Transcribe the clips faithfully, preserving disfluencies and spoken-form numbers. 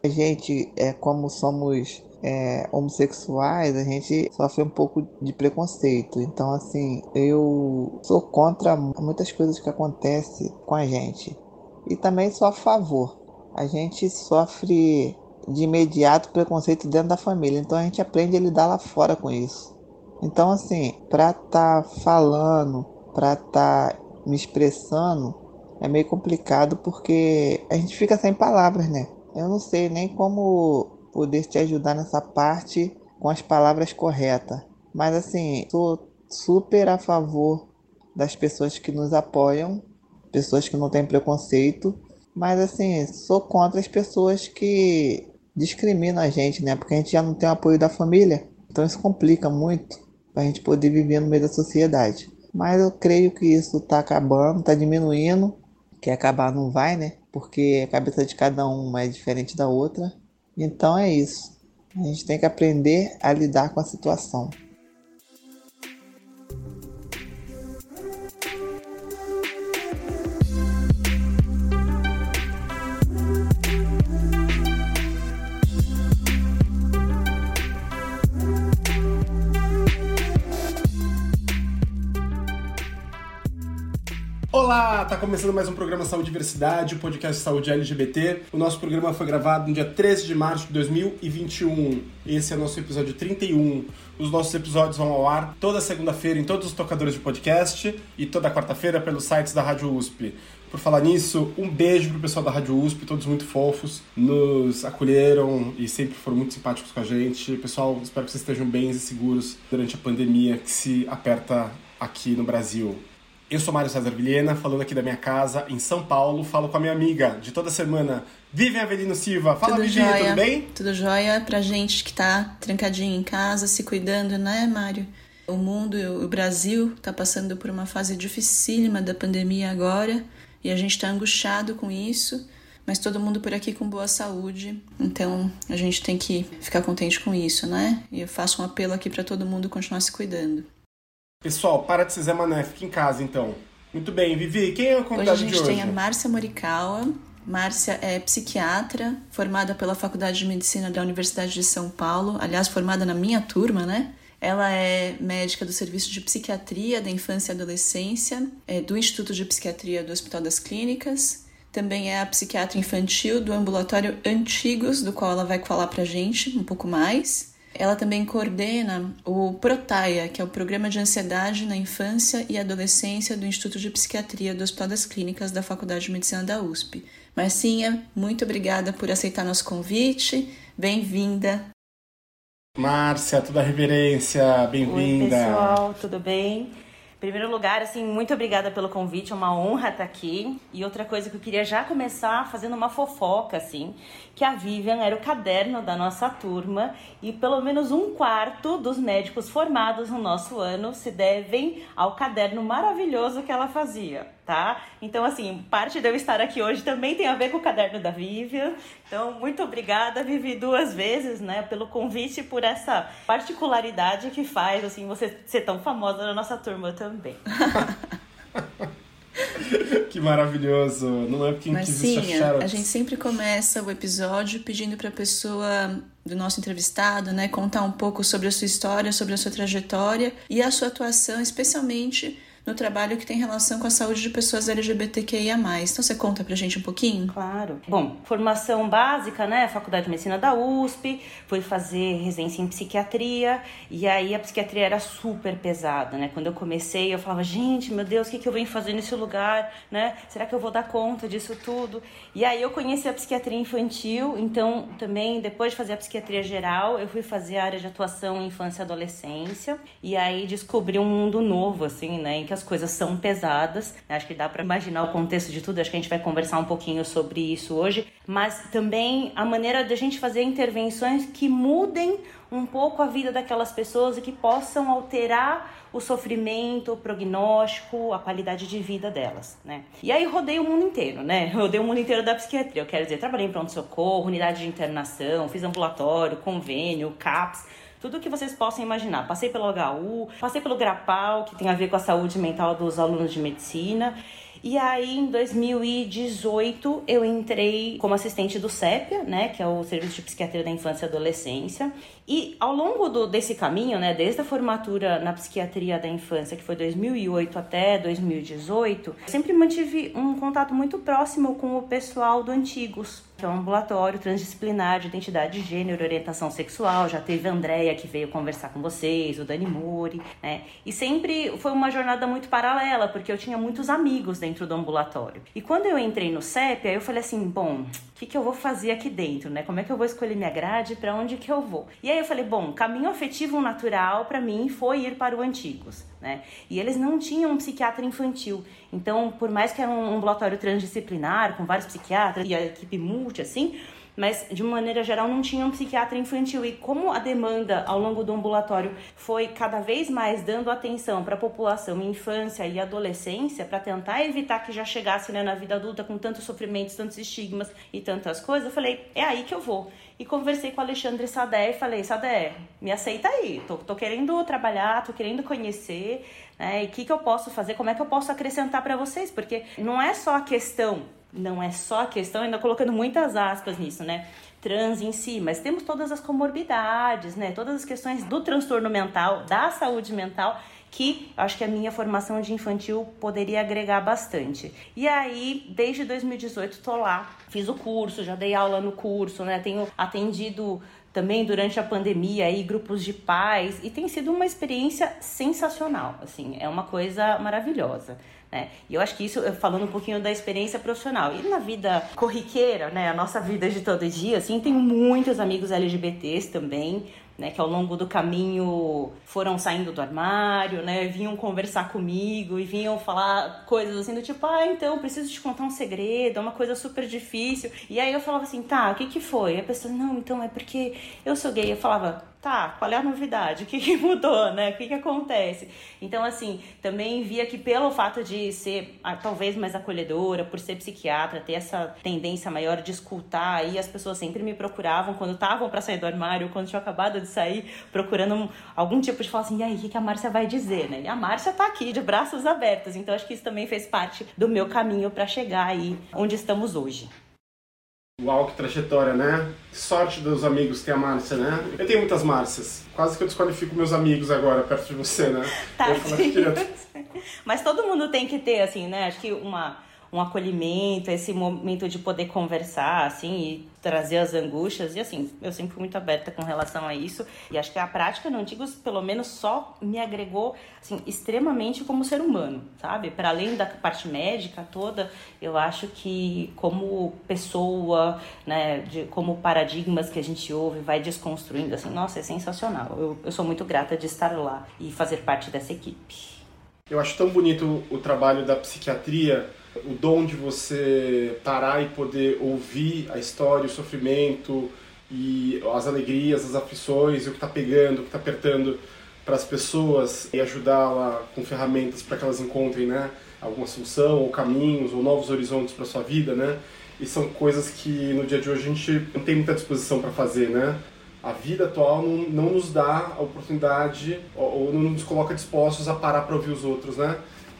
A gente, é, como somos é, homossexuais, a gente sofre um pouco de preconceito. Então, assim, eu sou contra muitas coisas que acontecem com a gente. E também sou a favor. A gente sofre de imediato preconceito dentro da família. Então, a gente aprende a lidar lá fora com isso. Então, assim, pra estar falando, pra estar me expressando, é meio complicado porque a gente fica sem palavras, né? Eu não sei nem como poder te ajudar nessa parte com as palavras corretas. Mas assim, sou super a favor das pessoas que nos apoiam, pessoas que não têm preconceito. Mas assim, sou contra as pessoas que discriminam a gente, né? Porque a gente já não tem o apoio da família. Então isso complica muito para a gente poder viver no meio da sociedade. Mas eu creio que isso está acabando, está diminuindo, que acabar não vai, né? Porque a cabeça de cada um é diferente da outra. Então é isso. A gente tem que aprender a lidar com a situação. Olá, tá começando mais um programa Saúde e Diversidade, o podcast Saúde L G B T. O nosso programa foi gravado no dia treze de março de dois mil e vinte e um. Esse é o nosso episódio trinta e um. Os nossos episódios vão ao ar toda segunda-feira em todos os tocadores de podcast e toda quarta-feira pelos sites da Rádio U S P. Por falar nisso, um beijo pro pessoal da Rádio U S P, todos muito fofos, nos acolheram e sempre foram muito simpáticos com a gente. Pessoal, espero que vocês estejam bem e seguros durante a pandemia que se aperta aqui no Brasil. Eu sou Mário César Vilhena, falando aqui da minha casa em São Paulo. Falo com a minha amiga de toda semana, Vivian Avelino Silva. Fala, tudo Vivi, jóia. Tudo bem? Tudo jóia pra gente que tá trancadinho em casa, se cuidando, né, Mário? O mundo, o Brasil, tá passando por uma fase dificílima da pandemia agora e a gente tá angustiado com isso, mas todo mundo por aqui com boa saúde, então a gente tem que ficar contente com isso, né? E eu faço um apelo aqui pra todo mundo continuar se cuidando. Pessoal, para de ser Zé Mané, fica em casa então. Muito bem, Vivi, quem é o convidado de hoje? Hoje a gente tem a Márcia Morikawa. Márcia é psiquiatra, formada pela Faculdade de Medicina da Universidade de São Paulo, aliás, formada na minha turma, né? Ela é médica do Serviço de Psiquiatria da Infância e Adolescência, é do Instituto de Psiquiatria do Hospital das Clínicas. Também é a psiquiatra infantil do Ambulatório Antigos, do qual ela vai falar pra gente um pouco mais. Ela também coordena o PROTAIA, que é o Programa de Ansiedade na Infância e Adolescência do Instituto de Psiquiatria do Hospital das Clínicas da Faculdade de Medicina da U S P. Marcinha, muito obrigada por aceitar nosso convite. Bem-vinda. Márcia, toda a reverência, bem-vinda. Oi, pessoal, tudo bem? Em primeiro lugar, assim, muito obrigada pelo convite, é uma honra estar aqui. E outra coisa que eu queria já começar fazendo uma fofoca, assim, que a Vivian era o caderno da nossa turma e pelo menos um quarto dos médicos formados no nosso ano se devem ao caderno maravilhoso que ela fazia, tá? Então, assim, parte de eu estar aqui hoje também tem a ver com o caderno da Vivian. Então, muito obrigada, Vivi, duas vezes, né, pelo convite e por essa particularidade que faz, assim, você ser tão famosa na nossa turma também. Que maravilhoso. Não é porque não existe a Marcinha, a gente sempre começa o episódio pedindo para a pessoa do nosso entrevistado, né, contar um pouco sobre a sua história, sobre a sua trajetória e a sua atuação, especialmente no trabalho que tem relação com a saúde de pessoas L G B T Q I A mais. Então você conta pra gente um pouquinho? Claro. Bom, formação básica, né? Faculdade de Medicina da U S P, fui fazer residência em psiquiatria, e aí a psiquiatria era super pesada, né? Quando eu comecei, eu falava, gente, meu Deus, o que, que eu venho fazer nesse lugar, né? Será que eu vou dar conta disso tudo? E aí eu conheci a psiquiatria infantil, então também, depois de fazer a psiquiatria geral, eu fui fazer a área de atuação em infância e adolescência, e aí descobri um mundo novo, assim, né? Em que as coisas são pesadas. Acho que dá para imaginar o contexto de tudo, acho que a gente vai conversar um pouquinho sobre isso hoje, mas também a maneira de a gente fazer intervenções que mudem um pouco a vida daquelas pessoas e que possam alterar o sofrimento, o prognóstico, a qualidade de vida delas, né? E aí rodei o mundo inteiro, né? Rodei o mundo inteiro da psiquiatria. Eu quero dizer, trabalhei em pronto-socorro, unidade de internação, fiz ambulatório, convênio, CAPS, tudo que vocês possam imaginar. Passei pelo H U, passei pelo GRAPAL, que tem a ver com a saúde mental dos alunos de medicina. E aí, em dois mil e dezoito, eu entrei como assistente do SEPIA, né, que é o Serviço de Psiquiatria da Infância e Adolescência. E ao longo do, desse caminho, né, desde a formatura na psiquiatria da infância, que foi dois mil e oito até dois mil e dezoito, eu sempre mantive um contato muito próximo com o pessoal do Antigos, que é um ambulatório transdisciplinar de identidade de gênero e orientação sexual. Já teve a Andrea, que veio conversar com vocês, o Dani Mori, né? E sempre foi uma jornada muito paralela, porque eu tinha muitos amigos dentro do ambulatório. E quando eu entrei no SEPIA, eu falei assim, bom, o que, que eu vou fazer aqui dentro, né? Como é que eu vou escolher minha grade, para onde que eu vou? E aí eu falei, bom, caminho afetivo natural para mim foi ir para o Antigos, né? E eles não tinham um psiquiatra infantil. Então, por mais que era um ambulatório transdisciplinar, com vários psiquiatras e a equipe multi, assim, mas de uma maneira geral não tinha um psiquiatra infantil. E como a demanda ao longo do ambulatório foi cada vez mais dando atenção para a população em infância e adolescência, para tentar evitar que já chegasse, né, na vida adulta com tantos sofrimentos, tantos estigmas e tantas coisas, eu falei, é aí que eu vou. E conversei com o Alexandre Sadé e falei, Sadé, me aceita aí, tô, tô querendo trabalhar, tô querendo conhecer, né, e o que, que eu posso fazer, como é que eu posso acrescentar para vocês, porque não é só a questão, não é só a questão, ainda colocando muitas aspas nisso, né, trans em si, mas temos todas as comorbidades, né, todas as questões do transtorno mental, da saúde mental, que acho que a minha formação de infantil poderia agregar bastante. E aí, desde dois mil e dezoito, tô lá, fiz o curso, já dei aula no curso, né? Tenho atendido também durante a pandemia aí grupos de pais e tem sido uma experiência sensacional, assim, é uma coisa maravilhosa, né? E eu acho que isso, falando um pouquinho da experiência profissional e na vida corriqueira, né, a nossa vida de todo dia, assim, tenho muitos amigos L G B T s também, né, que ao longo do caminho foram saindo do armário, né, vinham conversar comigo e vinham falar coisas assim do tipo, ah, então, preciso te contar um segredo, é uma coisa super difícil. E aí eu falava assim, tá, o que que foi? E a pessoa, não, então é porque eu sou gay. Eu falava, tá, qual é a novidade? O que que mudou, né? O que que acontece? Então, assim, também via que pelo fato de ser ah, talvez mais acolhedora, por ser psiquiatra, ter essa tendência maior de escutar, aí as pessoas sempre me procuravam quando estavam para sair do armário, quando tinham acabado de sair, procurando um, algum tipo de falar assim, e aí, o que que a Márcia vai dizer, né? E a Márcia tá aqui, de braços abertos. Então, acho que isso também fez parte do meu caminho para chegar aí onde estamos hoje. Uau, que trajetória, né? Que sorte dos amigos que tem a Márcia, né? Eu tenho muitas Márcias. Quase que eu desqualifico meus amigos agora, perto de você, né? Tá, queria... Mas todo mundo tem que ter, assim, né? Acho que uma, um acolhimento, esse momento de poder conversar, assim, e trazer as angústias. E, assim, eu sempre fui muito aberta com relação a isso. E acho que a prática no Antigos, pelo menos, só me agregou, assim, extremamente como ser humano, sabe? Para além da parte médica toda, eu acho que como pessoa, né, de, como paradigmas que a gente ouve, vai desconstruindo, assim, nossa, é sensacional. Eu, eu sou muito grata de estar lá e fazer parte dessa equipe. Eu acho tão bonito o trabalho da psiquiatria, o dom de você parar e poder ouvir a história, o sofrimento e as alegrias, as aflições, o que está pegando, o que está apertando para as pessoas e ajudá-la com ferramentas para que elas encontrem, né, alguma solução ou caminhos ou novos horizontes para sua vida, né? E são coisas que no dia de hoje a gente não tem muita disposição para fazer, né? A vida atual não, não nos dá a oportunidade ou, ou não nos coloca dispostos a parar para ouvir os outros, né?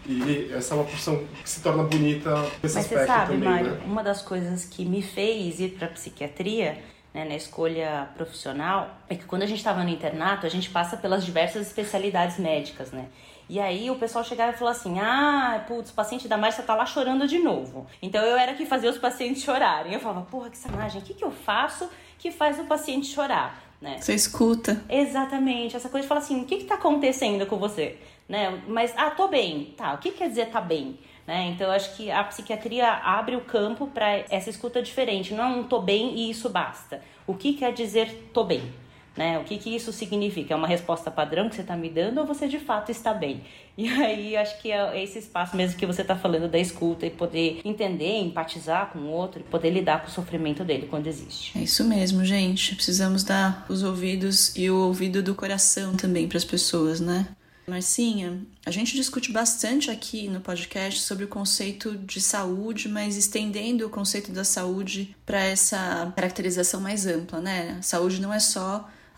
E essa é uma profissão que se torna bonita nesse Mas aspecto você sabe, também, Mário, né? uma das coisas que me fez ir para a psiquiatria, né, na escolha profissional, é que quando a gente estava no internato, a gente passa pelas diversas especialidades médicas, né? E aí o pessoal chegava e falava assim, ah, putz, o paciente da Márcia tá lá chorando de novo. Então eu era que fazia os pacientes chorarem. Eu falava, porra, que sacanagem, o que que eu faço que faz o paciente chorar? Né? Você escuta. Exatamente, essa coisa de falar assim, o que que tá acontecendo com você? Né? Mas, ah, tô bem. Tá, o que quer dizer tá bem? Né? Então eu acho que a psiquiatria abre o campo para essa escuta diferente. Não é um tô bem e isso basta. O que quer dizer tô bem? Né? O que que isso significa? É uma resposta padrão que você está me dando ou você de fato está bem? E aí acho que é esse espaço mesmo que você está falando da escuta e poder entender, empatizar com o outro e poder lidar com o sofrimento dele quando existe. É isso mesmo, gente. Precisamos dar os ouvidos e o ouvido do coração também para as pessoas, né? Marcinha, a gente discute bastante aqui no podcast sobre o conceito de saúde, mas estendendo o conceito da saúde para essa caracterização mais ampla, né? A saúde não é só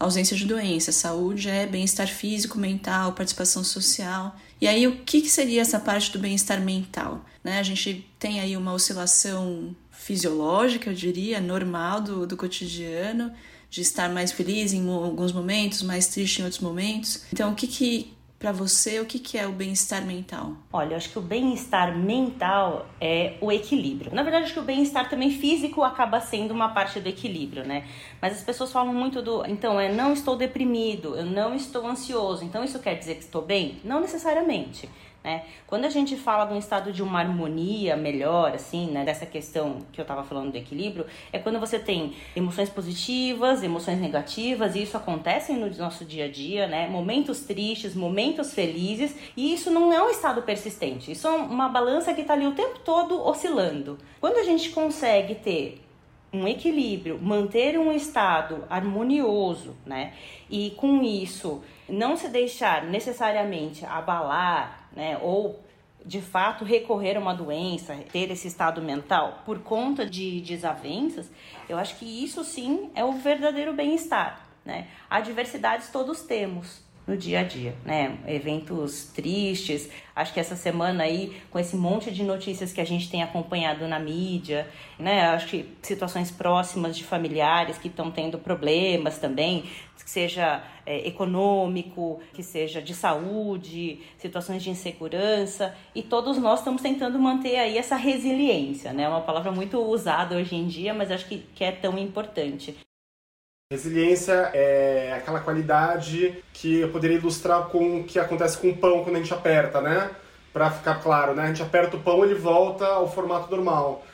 ausência de doença. Saúde é bem-estar físico, mental, participação social. E aí, o que, que seria essa parte do bem-estar mental? Né? A gente tem aí uma oscilação fisiológica, eu diria, normal do, do cotidiano, de estar mais feliz em alguns momentos, mais triste em outros momentos. Então, o que que, para você, o que que é o bem-estar mental? Olha, eu acho que o bem-estar mental é o equilíbrio. Na verdade, acho que o bem-estar também físico acaba sendo uma parte do equilíbrio, né? Mas as pessoas falam muito do, então, é não estou deprimido, eu não estou ansioso, então isso quer dizer que estou bem? Não necessariamente. Né? Quando a gente fala de um estado de uma harmonia melhor, assim, né, dessa questão que eu estava falando do equilíbrio, é quando você tem emoções positivas, emoções negativas, e isso acontece no nosso dia a dia, né? Momentos tristes, momentos felizes, e isso não é um estado persistente, isso é uma balança que está ali o tempo todo oscilando. Quando a gente consegue ter um equilíbrio, manter um estado harmonioso, né? E com isso não se deixar necessariamente abalar, né? Ou de fato recorrer a uma doença, ter esse estado mental por conta de desavenças, eu acho que isso sim é o verdadeiro bem-estar, né? Adversidades todos temos no dia a dia, né? Eventos tristes, acho que essa semana aí, com esse monte de notícias que a gente tem acompanhado na mídia, né? Acho que situações próximas de familiares que estão tendo problemas também, que seja é, econômico, que seja de saúde, situações de insegurança, e todos nós estamos tentando manter aí essa resiliência, né? Uma palavra muito usada hoje em dia, mas acho que, que é tão importante. Resiliência é aquela qualidade que eu poderia ilustrar com o que acontece com o pão quando a gente aperta, né? Pra ficar claro, né? A gente aperta o pão, ele volta ao formato normal.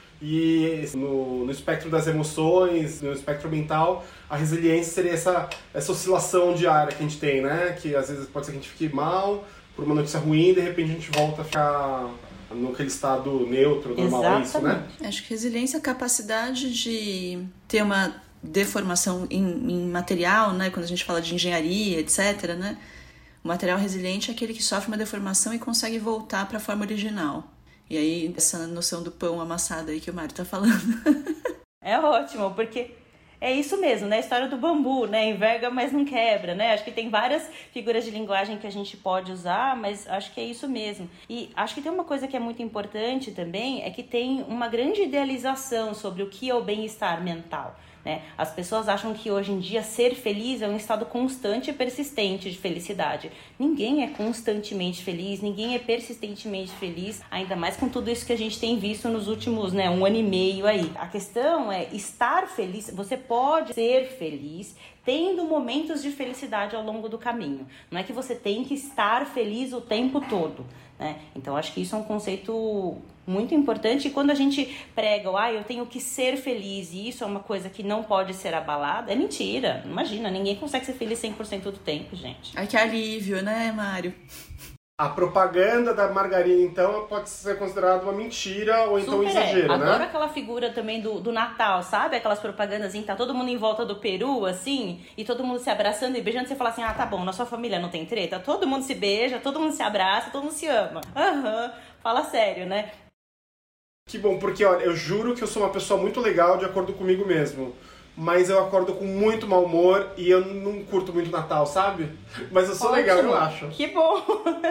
E no, no espectro das emoções, no espectro mental, a resiliência seria essa, essa oscilação diária que a gente tem, né? Que às vezes pode ser que a gente fique mal por uma notícia ruim e de repente a gente volta a ficar naquele estado neutro, normal. Exatamente. É isso, né? Acho que resiliência é a capacidade de ter uma deformação em, em material, né? Quando a gente fala de engenharia, etcétera, né? O material resiliente é aquele que sofre uma deformação e consegue voltar para a forma original. E aí, essa noção do pão amassado aí que o Mário tá falando. É ótimo, porque é isso mesmo, né? A história do bambu, né? Enverga, mas não quebra, né? Acho que tem várias figuras de linguagem que a gente pode usar, mas acho que é isso mesmo. E acho que tem uma coisa que é muito importante também, é que tem uma grande idealização sobre o que é o bem-estar mental. Né? As pessoas acham que hoje em dia ser feliz é um estado constante e persistente de felicidade. Ninguém é constantemente feliz, ninguém é persistentemente feliz, ainda mais com tudo isso que a gente tem visto nos últimos, né, um ano e meio aí. A questão é estar feliz. Você pode ser feliz tendo momentos de felicidade ao longo do caminho. Não é que você tem que estar feliz o tempo todo, né? Então acho que isso é um conceito muito importante, e quando a gente prega, ah, eu tenho que ser feliz e isso é uma coisa que não pode ser abalada, é mentira. Imagina, ninguém consegue ser feliz cem por cento do tempo, gente. Ai, que alívio, né, Mário? A propaganda da margarina, então, pode ser considerada uma mentira ou então um exagero, é. né? Adoro aquela figura também do, do Natal, sabe? Aquelas propagandas em que tá todo mundo em volta do peru, assim, e todo mundo se abraçando e beijando. Você fala assim, ah, tá bom, na sua família não tem treta? Todo mundo se beija, todo mundo se abraça, todo mundo se ama. Aham, uhum. Fala sério, né? Que bom, porque, olha, eu juro que eu sou uma pessoa muito legal de acordo comigo mesmo. Mas eu acordo com muito mau humor e eu não curto muito Natal, sabe? Mas eu sou Ótimo. legal, eu acho. Que bom!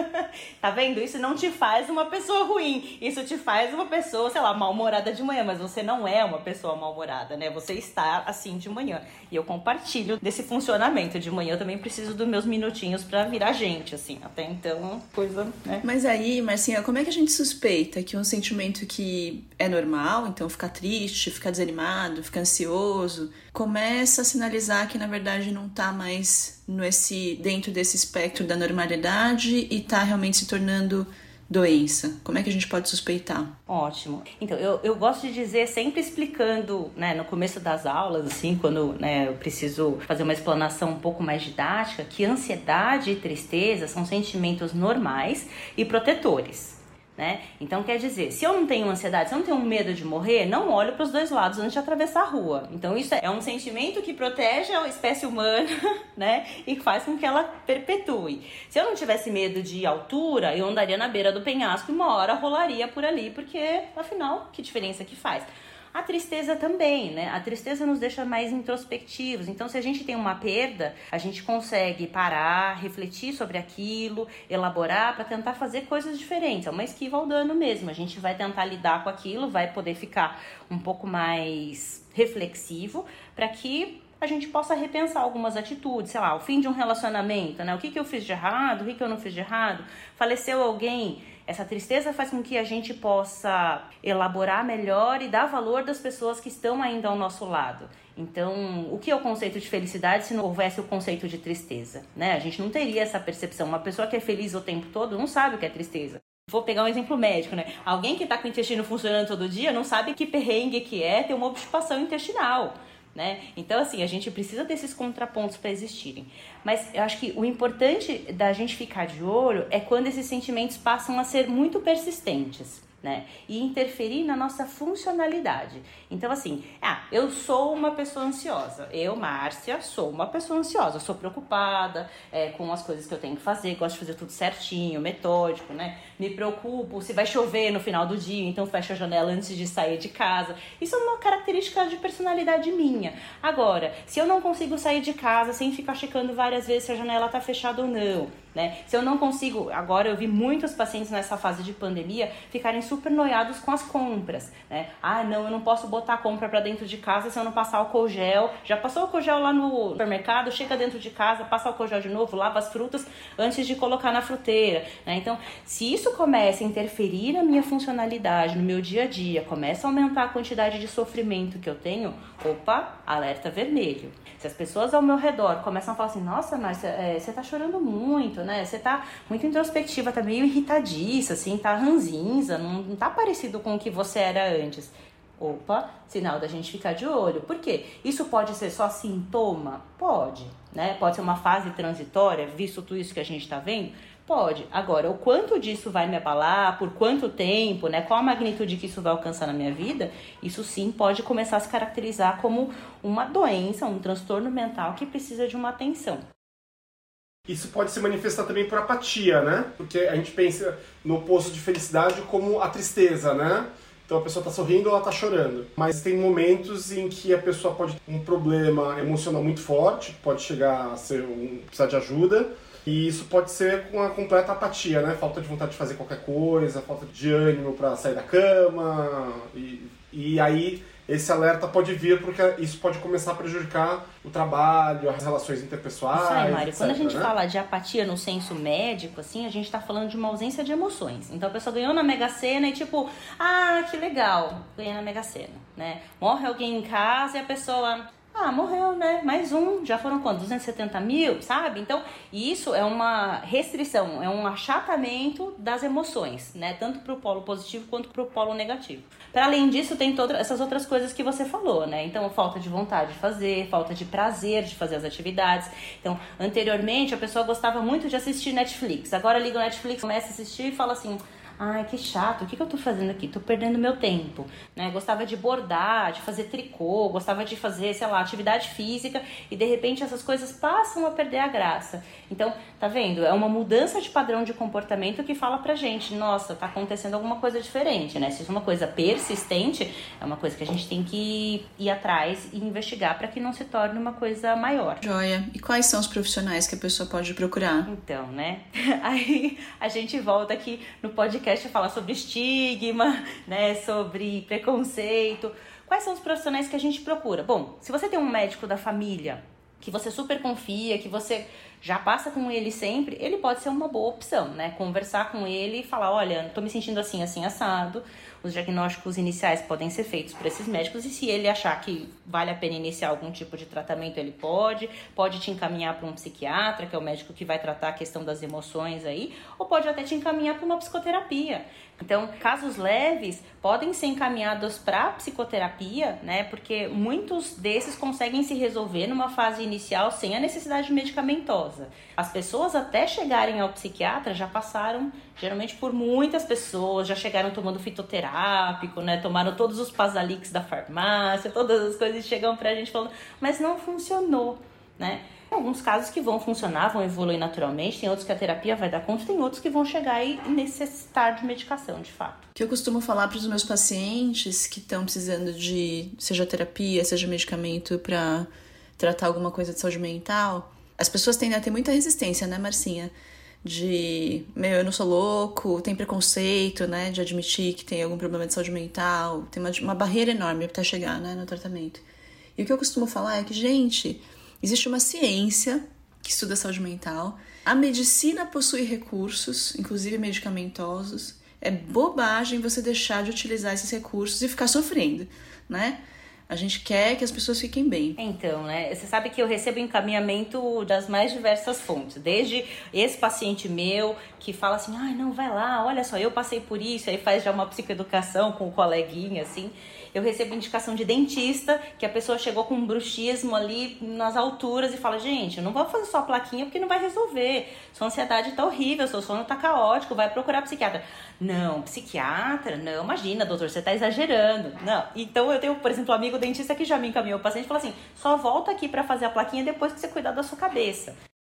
Tá vendo? Isso não te faz uma pessoa ruim. Isso te faz uma pessoa, sei lá, mal-humorada de manhã. Mas você não é uma pessoa mal-humorada, né? Você está assim de manhã. E eu compartilho desse funcionamento. De manhã eu também preciso dos meus minutinhos pra virar gente, assim. Até então, coisa, né? Mas aí, Marcinha, como é que a gente suspeita que um sentimento que é normal, então ficar triste, ficar desanimado, ficar ansioso, começa a sinalizar que na verdade não tá mais nesse, dentro desse espectro da normalidade e tá realmente se tornando doença? Como é que a gente pode suspeitar? Ótimo. Então, eu, eu gosto de dizer, sempre explicando, né, no começo das aulas, assim, quando, né, eu preciso fazer uma explanação um pouco mais didática, que ansiedade e tristeza são sentimentos normais e protetores. Né? Então, quer dizer, se eu não tenho ansiedade, se eu não tenho medo de morrer, não olho para os dois lados antes de atravessar a rua. Então, isso é um sentimento que protege a espécie humana, né? E faz com que ela perpetue. Se eu não tivesse medo de altura, eu andaria na beira do penhasco e uma hora rolaria por ali, porque, afinal, que diferença que faz? a tristeza também, né? A tristeza nos deixa mais introspectivos. Então, se a gente tem uma perda, a gente consegue parar, refletir sobre aquilo, elaborar para tentar fazer coisas diferentes. É uma esquiva ao dano mesmo. A gente vai tentar lidar com aquilo, vai poder ficar um pouco mais reflexivo para que a gente possa repensar algumas atitudes, sei lá, o fim de um relacionamento, né? O que que eu fiz de errado, o que que eu não fiz de errado? Faleceu alguém, essa tristeza faz com que a gente possa elaborar melhor e dar valor das pessoas que estão ainda ao nosso lado. Então, o que é o conceito de felicidade se não houvesse o conceito de tristeza, né? A gente não teria essa percepção. Uma pessoa que é feliz o tempo todo não sabe o que é tristeza. Vou pegar um exemplo médico, né? Alguém que está com o intestino funcionando todo dia não sabe que perrengue que é ter uma obstipação intestinal. Né? Então, assim, a gente precisa desses contrapontos para existirem. Mas eu acho que o importante da gente ficar de olho é quando esses sentimentos passam a ser muito persistentes, né? E interferir na nossa funcionalidade. Então, assim, ah, eu sou uma pessoa ansiosa. Eu, Márcia, sou uma pessoa ansiosa. Sou preocupada é, com as coisas que eu tenho que fazer. Gosto de fazer tudo certinho, metódico, né? Me preocupo se vai chover no final do dia, então fecho a janela antes de sair de casa. Isso é uma característica de personalidade minha. Agora, se eu não consigo sair de casa sem ficar checando várias vezes se a janela tá fechada ou não, né? Se eu não consigo, agora eu vi muitos pacientes nessa fase de pandemia ficarem super noiados com as compras, né? Ah, não, eu não posso botar a compra para dentro de casa se eu não passar álcool gel. Já passou álcool gel lá no supermercado, chega dentro de casa, passa álcool gel de novo, lava as frutas antes de colocar na fruteira, né? Então, se isso começa a interferir na minha funcionalidade, no meu dia a dia, começa a aumentar a quantidade de sofrimento que eu tenho, opa, alerta vermelho. Se as pessoas ao meu redor começam a falar assim, nossa, Márcia, é, você tá chorando muito, né? Você tá muito introspectiva, tá meio irritadiça, assim, tá ranzinza, não, não tá parecido com o que você era antes. Opa, sinal da gente ficar de olho. Por quê? Isso pode ser só sintoma? Pode, né? Pode ser uma fase transitória, visto tudo isso que a gente tá vendo? Pode. Agora, o quanto disso vai me abalar, por quanto tempo, né? Qual a magnitude que isso vai alcançar na minha vida, isso sim pode começar a se caracterizar como uma doença, um transtorno mental que precisa de uma atenção. Isso pode se manifestar também por apatia, né? Porque a gente pensa no oposto de felicidade como a tristeza, né? Então a pessoa está sorrindo ou ela está chorando. Mas tem momentos em que a pessoa pode ter um problema emocional muito forte, pode chegar a ser um, precisar de ajuda. E isso pode ser com a completa apatia, né? Falta de vontade de fazer qualquer coisa, falta de ânimo para sair da cama. E, e aí esse alerta pode vir porque isso pode começar a prejudicar o trabalho, as relações interpessoais. Isso aí, Mário. etcétera, quando a gente né? fala de apatia no senso médico, assim, a gente tá falando de uma ausência de emoções. Então a pessoa ganhou na Mega Sena e tipo, ah, que legal, ganhei na Mega Sena, né? Morre alguém em casa e a pessoa... Ah, morreu, né? Mais um, já foram quanto? duzentos e setenta mil, sabe? Então, isso é uma restrição, é um achatamento das emoções, né? Tanto pro polo positivo quanto pro polo negativo. Para além disso, tem todas essas outras coisas que você falou, né? Então, falta de vontade de fazer, falta de prazer de fazer as atividades. Então, anteriormente, a pessoa gostava muito de assistir Netflix. Agora liga o Netflix, começa a assistir e fala assim... Ai, que chato, o que, que eu tô fazendo aqui? Tô perdendo meu tempo, né? Gostava de bordar, de fazer tricô, gostava de fazer, sei lá, atividade física e de repente essas coisas passam a perder a graça. Então, tá vendo? É uma mudança de padrão de comportamento que fala pra gente, nossa, tá acontecendo alguma coisa diferente, né? Se isso é uma coisa persistente, é uma coisa que a gente tem que ir atrás e investigar para que não se torne uma coisa maior. Joia. E quais são os profissionais que a pessoa pode procurar? Então, né? Aí a gente volta aqui no podcast a falar sobre estigma, né, sobre preconceito. Quais são os profissionais que a gente procura? Bom, se você tem um médico da família que você super confia, que você já passa com ele sempre, ele pode ser uma boa opção, né? Conversar com ele e falar, olha, tô me sentindo assim, assim, assado. Os diagnósticos iniciais podem ser feitos por esses médicos e se ele achar que vale a pena iniciar algum tipo de tratamento, ele pode. Pode te encaminhar para um psiquiatra, que é o médico que vai tratar a questão das emoções aí, ou pode até te encaminhar para uma psicoterapia. Então, casos leves podem ser encaminhados para psicoterapia, né? Porque muitos desses conseguem se resolver numa fase inicial sem a necessidade medicamentosa. As pessoas até chegarem ao psiquiatra já passaram geralmente por muitas pessoas, já chegaram tomando fitoterápico, né? Tomaram todos os Pasalix da farmácia, todas as coisas chegam pra gente falando, mas não funcionou, né? Tem alguns casos que vão funcionar, vão evoluir naturalmente, tem outros que a terapia vai dar conta, tem outros que vão chegar e necessitar de medicação, de fato. O que eu costumo falar para os meus pacientes que estão precisando de, seja terapia, seja medicamento para tratar alguma coisa de saúde mental, as pessoas tendem a ter muita resistência, né, Marcinha? De, meu, eu não sou louco, tem preconceito, né, de admitir que tem algum problema de saúde mental, tem uma, uma barreira enorme até chegar, né, no tratamento. E o que eu costumo falar é que, gente, existe uma ciência que estuda a saúde mental, a medicina possui recursos, inclusive medicamentosos, é bobagem você deixar de utilizar esses recursos e ficar sofrendo, né? A gente quer que as pessoas fiquem bem. Então, né? Você sabe que eu recebo encaminhamento das mais diversas fontes. Desde esse paciente meu que fala assim, ai, não, vai lá, olha só, eu passei por isso. Aí faz já uma psicoeducação com o coleguinha, assim. Eu recebo indicação de dentista, que a pessoa chegou com um bruxismo ali nas alturas e fala, gente, eu não vou fazer só a plaquinha porque não vai resolver. Sua ansiedade tá horrível, seu sono tá caótico, vai procurar psiquiatra. Não, psiquiatra? Não, imagina, doutor, você tá exagerando. Não. Então eu tenho, por exemplo, um amigo dentista que já me encaminhou o paciente e falou assim, só volta aqui pra fazer a plaquinha depois que você cuidar da sua cabeça.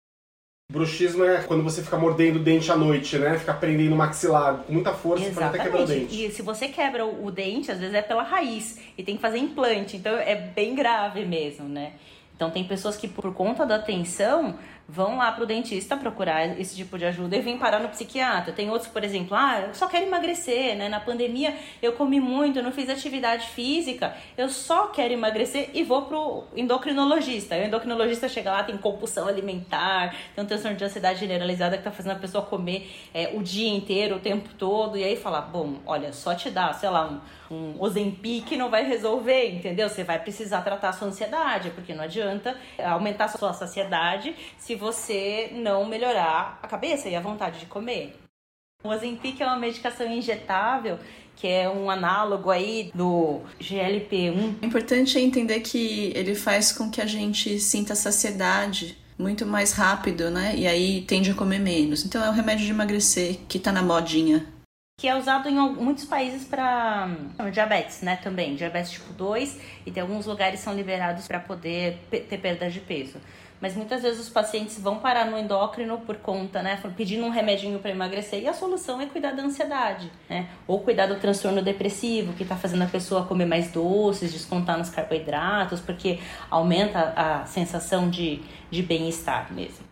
Bruxismo é quando você fica mordendo o dente à noite, né? Fica prendendo o maxilar com muita força. Exatamente. Pode até quebrar o dente. E se você quebra o dente, às vezes é pela raiz e tem que fazer implante. Então é bem grave mesmo, né? Então tem pessoas que por conta da tensão vão lá pro dentista procurar esse tipo de ajuda e vêm parar no psiquiatra. Tem outros, por exemplo, ah, eu só quero emagrecer, né? Na pandemia eu comi muito, eu não fiz atividade física, eu só quero emagrecer e vou pro endocrinologista. O endocrinologista chega lá, tem compulsão alimentar, tem um transtorno de ansiedade generalizada que tá fazendo a pessoa comer é, o dia inteiro, o tempo todo, e aí fala, bom, olha, só te dá, sei lá, um, um Ozempic não vai resolver, entendeu? Você vai precisar tratar a sua ansiedade, porque não adianta aumentar a sua saciedade se você não melhorar a cabeça e a vontade de comer. O Ozempic é uma medicação injetável, que é um análogo aí do G L P um. O importante é entender que ele faz com que a gente sinta saciedade muito mais rápido, né? E aí tende a comer menos. Então é um remédio de emagrecer que tá na modinha. Que é usado em muitos países para diabetes, né, também, diabetes tipo dois, e tem alguns lugares que são liberados para poder ter perda de peso. Mas muitas vezes os pacientes vão parar no endócrino por conta, né, pedindo um remedinho para emagrecer, e a solução é cuidar da ansiedade, né, ou cuidar do transtorno depressivo, que está fazendo a pessoa comer mais doces, descontar nos carboidratos, porque aumenta a sensação de, de bem-estar mesmo.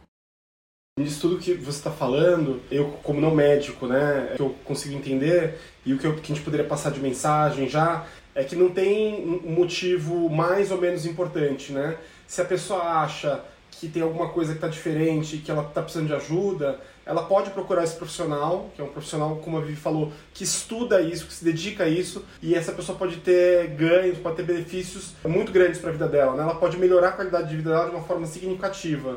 Disso tudo que você está falando, eu como não médico, né, que eu consigo entender, e o que, eu, que a gente poderia passar de mensagem já, é que não tem um motivo mais ou menos importante, né? Se a pessoa acha que tem alguma coisa que está diferente, que ela está precisando de ajuda, ela pode procurar esse profissional, que é um profissional, como a Vivi falou, que estuda isso, que se dedica a isso, e essa pessoa pode ter ganhos, pode ter benefícios muito grandes para a vida dela, né? Ela pode melhorar a qualidade de vida dela de uma forma significativa.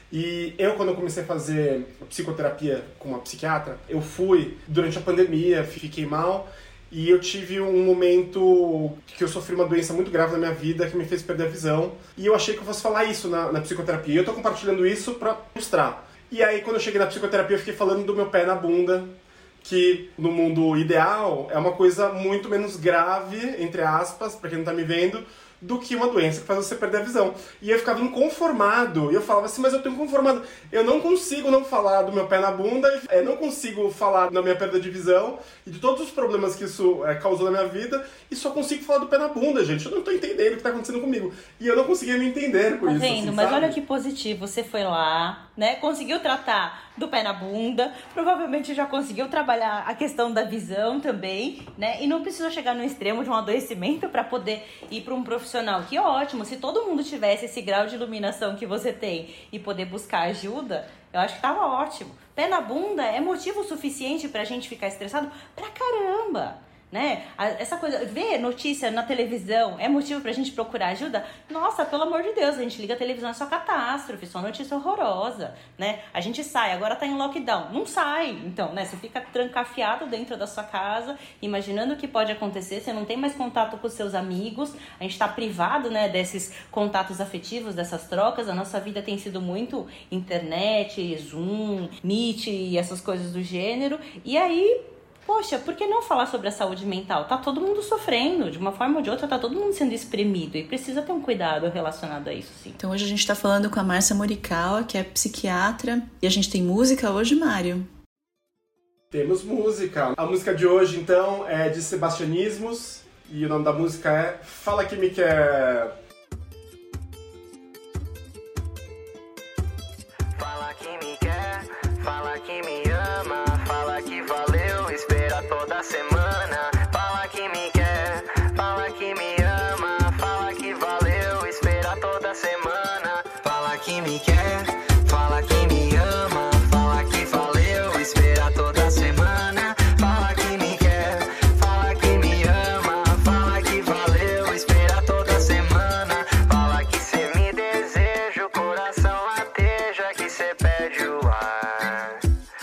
E eu, quando eu comecei a fazer psicoterapia com uma psiquiatra, eu fui durante a pandemia, fiquei mal, e eu tive um momento que eu sofri uma doença muito grave na minha vida que me fez perder a visão, e eu achei que eu fosse falar isso na, na psicoterapia, e eu tô compartilhando isso pra mostrar. E aí, quando eu cheguei na psicoterapia, eu fiquei falando do meu pé na bunda, que no mundo ideal é uma coisa muito menos grave, entre aspas, pra quem não tá me vendo, do que uma doença que faz você perder a visão. E eu ficava inconformado, e eu falava assim, mas eu tô inconformado, eu não consigo não falar do meu pé na bunda, eu não consigo falar da minha perda de visão, e de todos os problemas que isso é, causou na minha vida, e só consigo falar do pé na bunda, gente, eu não tô entendendo o que tá acontecendo comigo. E eu não conseguia me entender com tá isso. Vendo? Assim, mas sabe? Olha que positivo, você foi lá, né, conseguiu tratar do pé na bunda, provavelmente já conseguiu trabalhar a questão da visão também, né, e não precisou chegar no extremo de um adoecimento para poder ir para um profissional. Que ótimo, se todo mundo tivesse esse grau de iluminação que você tem e poder buscar ajuda, eu acho que tava ótimo. Pé na bunda é motivo suficiente pra gente ficar estressado pra caramba, né? Essa coisa, ver notícia na televisão é motivo pra gente procurar ajuda? Nossa, pelo amor de Deus, a gente liga a televisão, é só catástrofe, só notícia horrorosa, né? A gente sai, agora tá em lockdown, não sai, então, né? Você fica trancafiado dentro da sua casa, imaginando o que pode acontecer, você não tem mais contato com os seus amigos, a gente tá privado, né, desses contatos afetivos, dessas trocas, a nossa vida tem sido muito internet, Zoom, Meet e essas coisas do gênero, e aí poxa, por que não falar sobre a saúde mental? Tá todo mundo sofrendo, de uma forma ou de outra, tá todo mundo sendo espremido e precisa ter um cuidado relacionado a isso, sim. Então hoje a gente tá falando com a Márcia Morikawa, que é psiquiatra, e a gente tem música hoje, Mário? Temos música. A música de hoje, então, é de Sebastianismos, e o nome da música é Fala Que Me Quer. Fala que me quer, fala que me ama, fala que valeu, espera toda semana. Fala que me quer, fala que me ama, fala que valeu, espera toda semana. Fala que me quer, fala que me ama, fala que valeu, espera toda semana. Fala que me quer, fala que me ama, fala que valeu, espera toda semana. Fala que cê me deseja, o coração lateja, que cê pede o ar.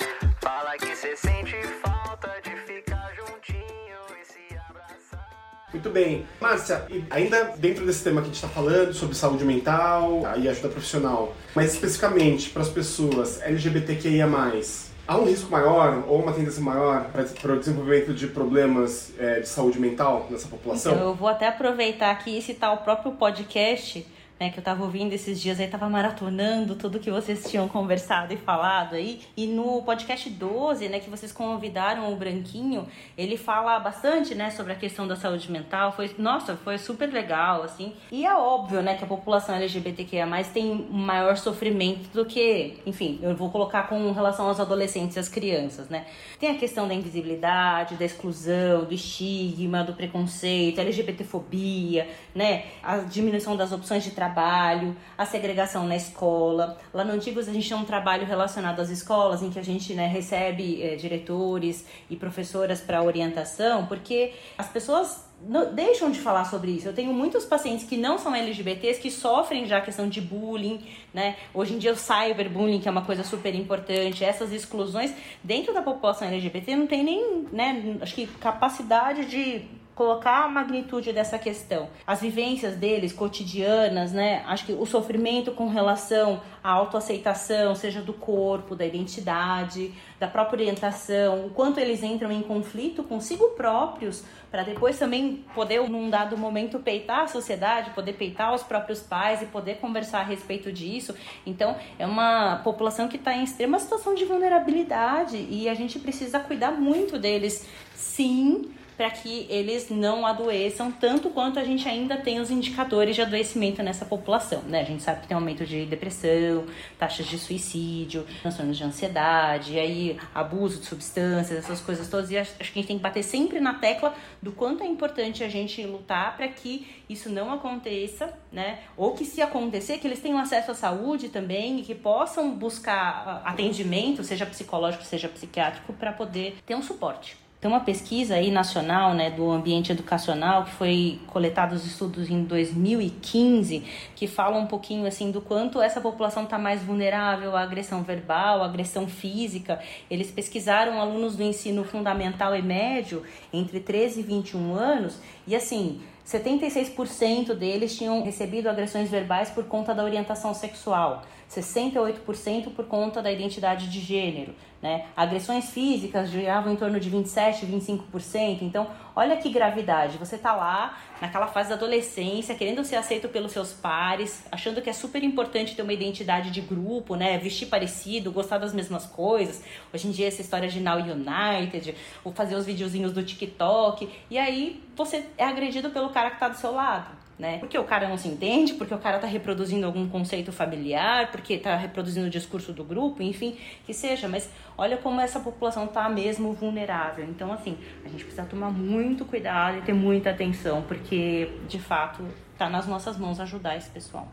Fala que cê sente falta de ficar juntinho e se abraçar. Muito bem. Márcia, e ainda dentro desse tema que a gente está falando, sobre saúde mental e ajuda profissional, mas especificamente para as pessoas L G B T Q I A mais, há um risco maior ou uma tendência maior para o desenvolvimento de problemas é, de saúde mental nessa população? Então, eu vou até aproveitar aqui e citar o próprio podcast, né, que eu tava ouvindo esses dias aí, tava maratonando tudo que vocês tinham conversado e falado aí. E no podcast doze, né, que vocês convidaram o Branquinho, ele fala bastante, né, sobre a questão da saúde mental. Foi, nossa, foi super legal, assim. E é óbvio, né, que a população L G B T Q I A mais, tem maior sofrimento do que, enfim, eu vou colocar com relação aos adolescentes e às crianças, né. Tem a questão da invisibilidade, da exclusão, do estigma, do preconceito, LGBTfobia, né, a diminuição das opções de trabalho, trabalho, a segregação na escola. Lá no Antigos a gente tem um trabalho relacionado às escolas, em que a gente, né, recebe é, diretores e professoras para orientação, porque as pessoas não, deixam de falar sobre isso. Eu tenho muitos pacientes que não são L G B Ts que sofrem já a questão de bullying, né? Hoje em dia o cyberbullying, que é uma coisa super importante, essas exclusões dentro da população L G B T não tem nem, né, acho que capacidade de colocar a magnitude dessa questão. As vivências deles, cotidianas, né? Acho que o sofrimento com relação à autoaceitação, seja do corpo, da identidade, da própria orientação, o quanto eles entram em conflito consigo próprios, para depois também poder, num dado momento, peitar a sociedade, poder peitar os próprios pais e poder conversar a respeito disso. Então, é uma população que está em extrema situação de vulnerabilidade e a gente precisa cuidar muito deles, sim, para que eles não adoeçam tanto quanto a gente ainda tem os indicadores de adoecimento nessa população, né? A gente sabe que tem aumento de depressão, taxas de suicídio, transtornos de ansiedade, e aí abuso de substâncias, essas coisas todas, e acho que a gente tem que bater sempre na tecla do quanto é importante a gente lutar para que isso não aconteça, né? Ou que, se acontecer, que eles tenham acesso à saúde também e que possam buscar atendimento, seja psicológico, seja psiquiátrico, para poder ter um suporte. Tem uma pesquisa aí nacional, né, do ambiente educacional, que foi coletado os estudos em dois mil e quinze, que fala um pouquinho assim do quanto essa população está mais vulnerável à agressão verbal, à agressão física. Eles pesquisaram alunos do ensino fundamental e médio entre treze e vinte e um anos e assim, setenta e seis por cento deles tinham recebido agressões verbais por conta da orientação sexual, sessenta e oito por cento por conta da identidade de gênero, né? Agressões físicas giravam em torno de vinte e sete, vinte e cinco por cento. Então, olha que gravidade. Você tá lá naquela fase da adolescência, querendo ser aceito pelos seus pares, achando que é super importante ter uma identidade de grupo, né? Vestir parecido, gostar das mesmas coisas. Hoje em dia, essa história de Now United, ou fazer os videozinhos do TikTok. E aí, você é agredido pelo cara que tá do seu lado, né? Porque o cara não se entende, porque o cara tá reproduzindo algum conceito familiar, porque tá reproduzindo o discurso do grupo, enfim, que seja. Mas olha como essa população tá mesmo vulnerável. Então, assim, a gente precisa tomar muito cuidado e ter muita atenção, porque, de fato, tá nas nossas mãos ajudar esse pessoal.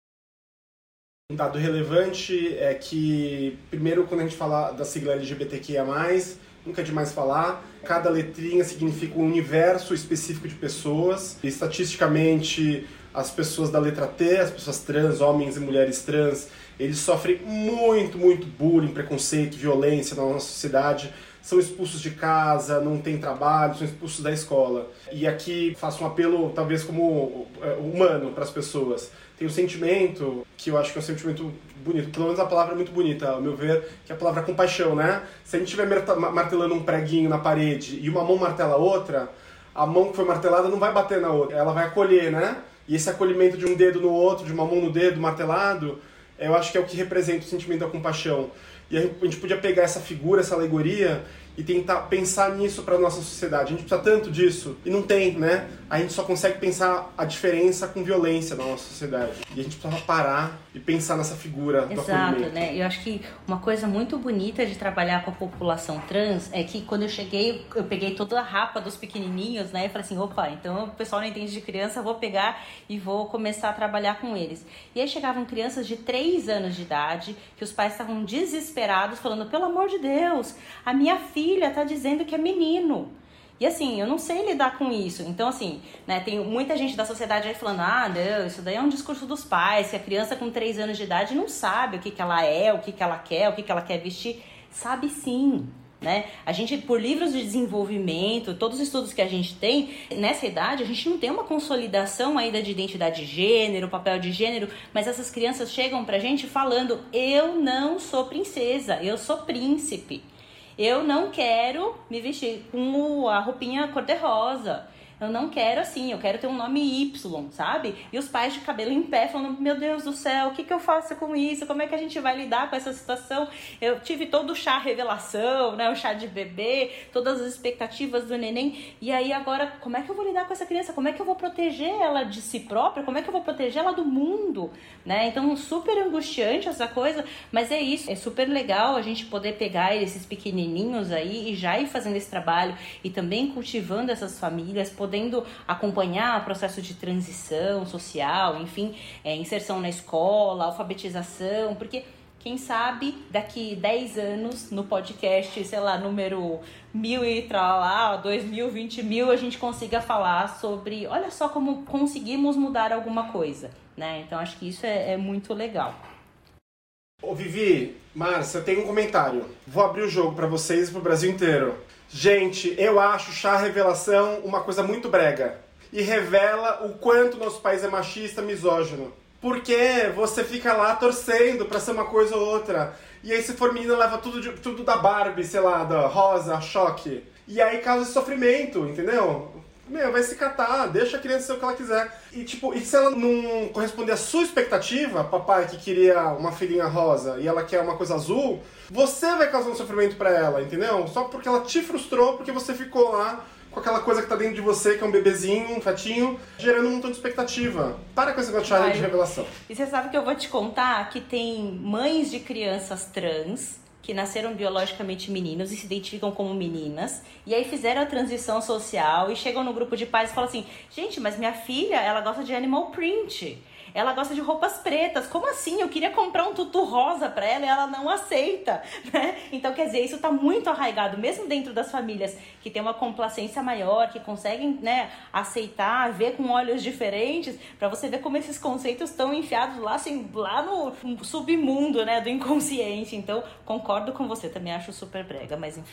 Um dado relevante é que, primeiro, quando a gente fala da sigla L G B T Q I A mais, nunca é demais falar, cada letrinha significa um universo específico de pessoas. E, estatisticamente, as pessoas da letra T, as pessoas trans, homens e mulheres trans, eles sofrem muito, muito bullying, preconceito, violência na nossa sociedade, são expulsos de casa, não têm trabalho, são expulsos da escola. E aqui faço um apelo, talvez como humano, para as pessoas. Tem um sentimento, que eu acho que é um sentimento bonito, pelo menos a palavra é muito bonita, ao meu ver, que é a palavra compaixão, né? Se a gente estiver martelando um preguinho na parede e uma mão martela a outra, a mão que foi martelada não vai bater na outra, ela vai acolher, né? E esse acolhimento de um dedo no outro, de uma mão no dedo martelado, eu acho que é o que representa o sentimento da compaixão. E a gente podia pegar essa figura, essa alegoria, e tentar pensar nisso para a nossa sociedade. A gente precisa tanto disso, e não tem, né? A gente só consegue pensar a diferença com violência na nossa sociedade. E a gente precisa parar e pensar nessa figura do acolhimento. Exato, né? Eu acho que uma coisa muito bonita de trabalhar com a população trans é que quando eu cheguei, eu peguei toda a rapa dos pequenininhos, né? E falei assim, opa, então o pessoal não entende de criança, eu vou pegar e vou começar a trabalhar com eles. E aí chegavam crianças de três anos de idade, que os pais estavam desesperados, falando, pelo amor de Deus, a minha filha tá dizendo que é menino. E assim, eu não sei lidar com isso. Então, assim, né, tem muita gente da sociedade aí falando, ah, não, isso daí é um discurso dos pais, que a criança com três anos de idade não sabe o que, que ela é, o que, que ela quer, o que, que ela quer vestir. Sabe sim, né? A gente, por livros de desenvolvimento, todos os estudos que a gente tem, nessa idade, a gente não tem uma consolidação ainda de identidade de gênero, papel de gênero, mas essas crianças chegam pra gente falando, eu não sou princesa, eu sou príncipe. Eu não quero me vestir com a roupinha cor-de-rosa. Eu não quero assim, eu quero ter um nome Y, sabe? E os pais de cabelo em pé falando, meu Deus do céu, o que, que eu faço com isso? Como é que a gente vai lidar com essa situação? Eu tive todo o chá revelação, né? O chá de bebê, todas as expectativas do neném. E aí agora, como é que eu vou lidar com essa criança? Como é que eu vou proteger ela de si própria? Como é que eu vou proteger ela do mundo? Né? Então, super angustiante essa coisa, mas é isso. É super legal a gente poder pegar esses pequenininhos aí e já ir fazendo esse trabalho e também cultivando essas famílias, podendo acompanhar o processo de transição social, enfim, é, inserção na escola, alfabetização, porque quem sabe daqui dez anos no podcast, sei lá, número mil e tralá, dois mil, vinte mil, a gente consiga falar sobre, olha só como conseguimos mudar alguma coisa, né? Então acho que isso é, é muito legal. Ô Vivi, Márcia, eu tenho um comentário. Vou abrir o jogo pra vocês e pro Brasil inteiro. Gente, eu acho Chá Revelação uma coisa muito brega. E revela o quanto nosso país é machista, misógino. Porque você fica lá torcendo pra ser uma coisa ou outra. E aí se for menina, leva tudo, de, tudo da Barbie, sei lá, da Rosa, choque. E aí causa esse sofrimento, entendeu? Meu, vai se catar, deixa a criança ser o que ela quiser. E tipo, e se ela não corresponder à sua expectativa, papai que queria uma filhinha rosa e ela quer uma coisa azul, você vai causar um sofrimento pra ela, entendeu? Só porque ela te frustrou, porque você ficou lá com aquela coisa que tá dentro de você, que é um bebezinho, um fetinho, gerando um montão de expectativa. Para com esse negócio de revelação. E você sabe que eu vou te contar que tem mães de crianças trans que nasceram biologicamente meninos e se identificam como meninas, e aí fizeram a transição social e chegam no grupo de pais e falam assim, gente, mas minha filha, ela gosta de animal print, ela gosta de roupas pretas, como assim? Eu queria comprar um tutu rosa pra ela e ela não aceita, né? Então, quer dizer, isso tá muito arraigado, mesmo dentro das famílias que tem uma complacência maior, que conseguem, né, aceitar, ver com olhos diferentes, pra você ver como esses conceitos estão enfiados lá, assim, lá no submundo, né, do inconsciente. Então, concordo com você, também acho super brega, mas enfim...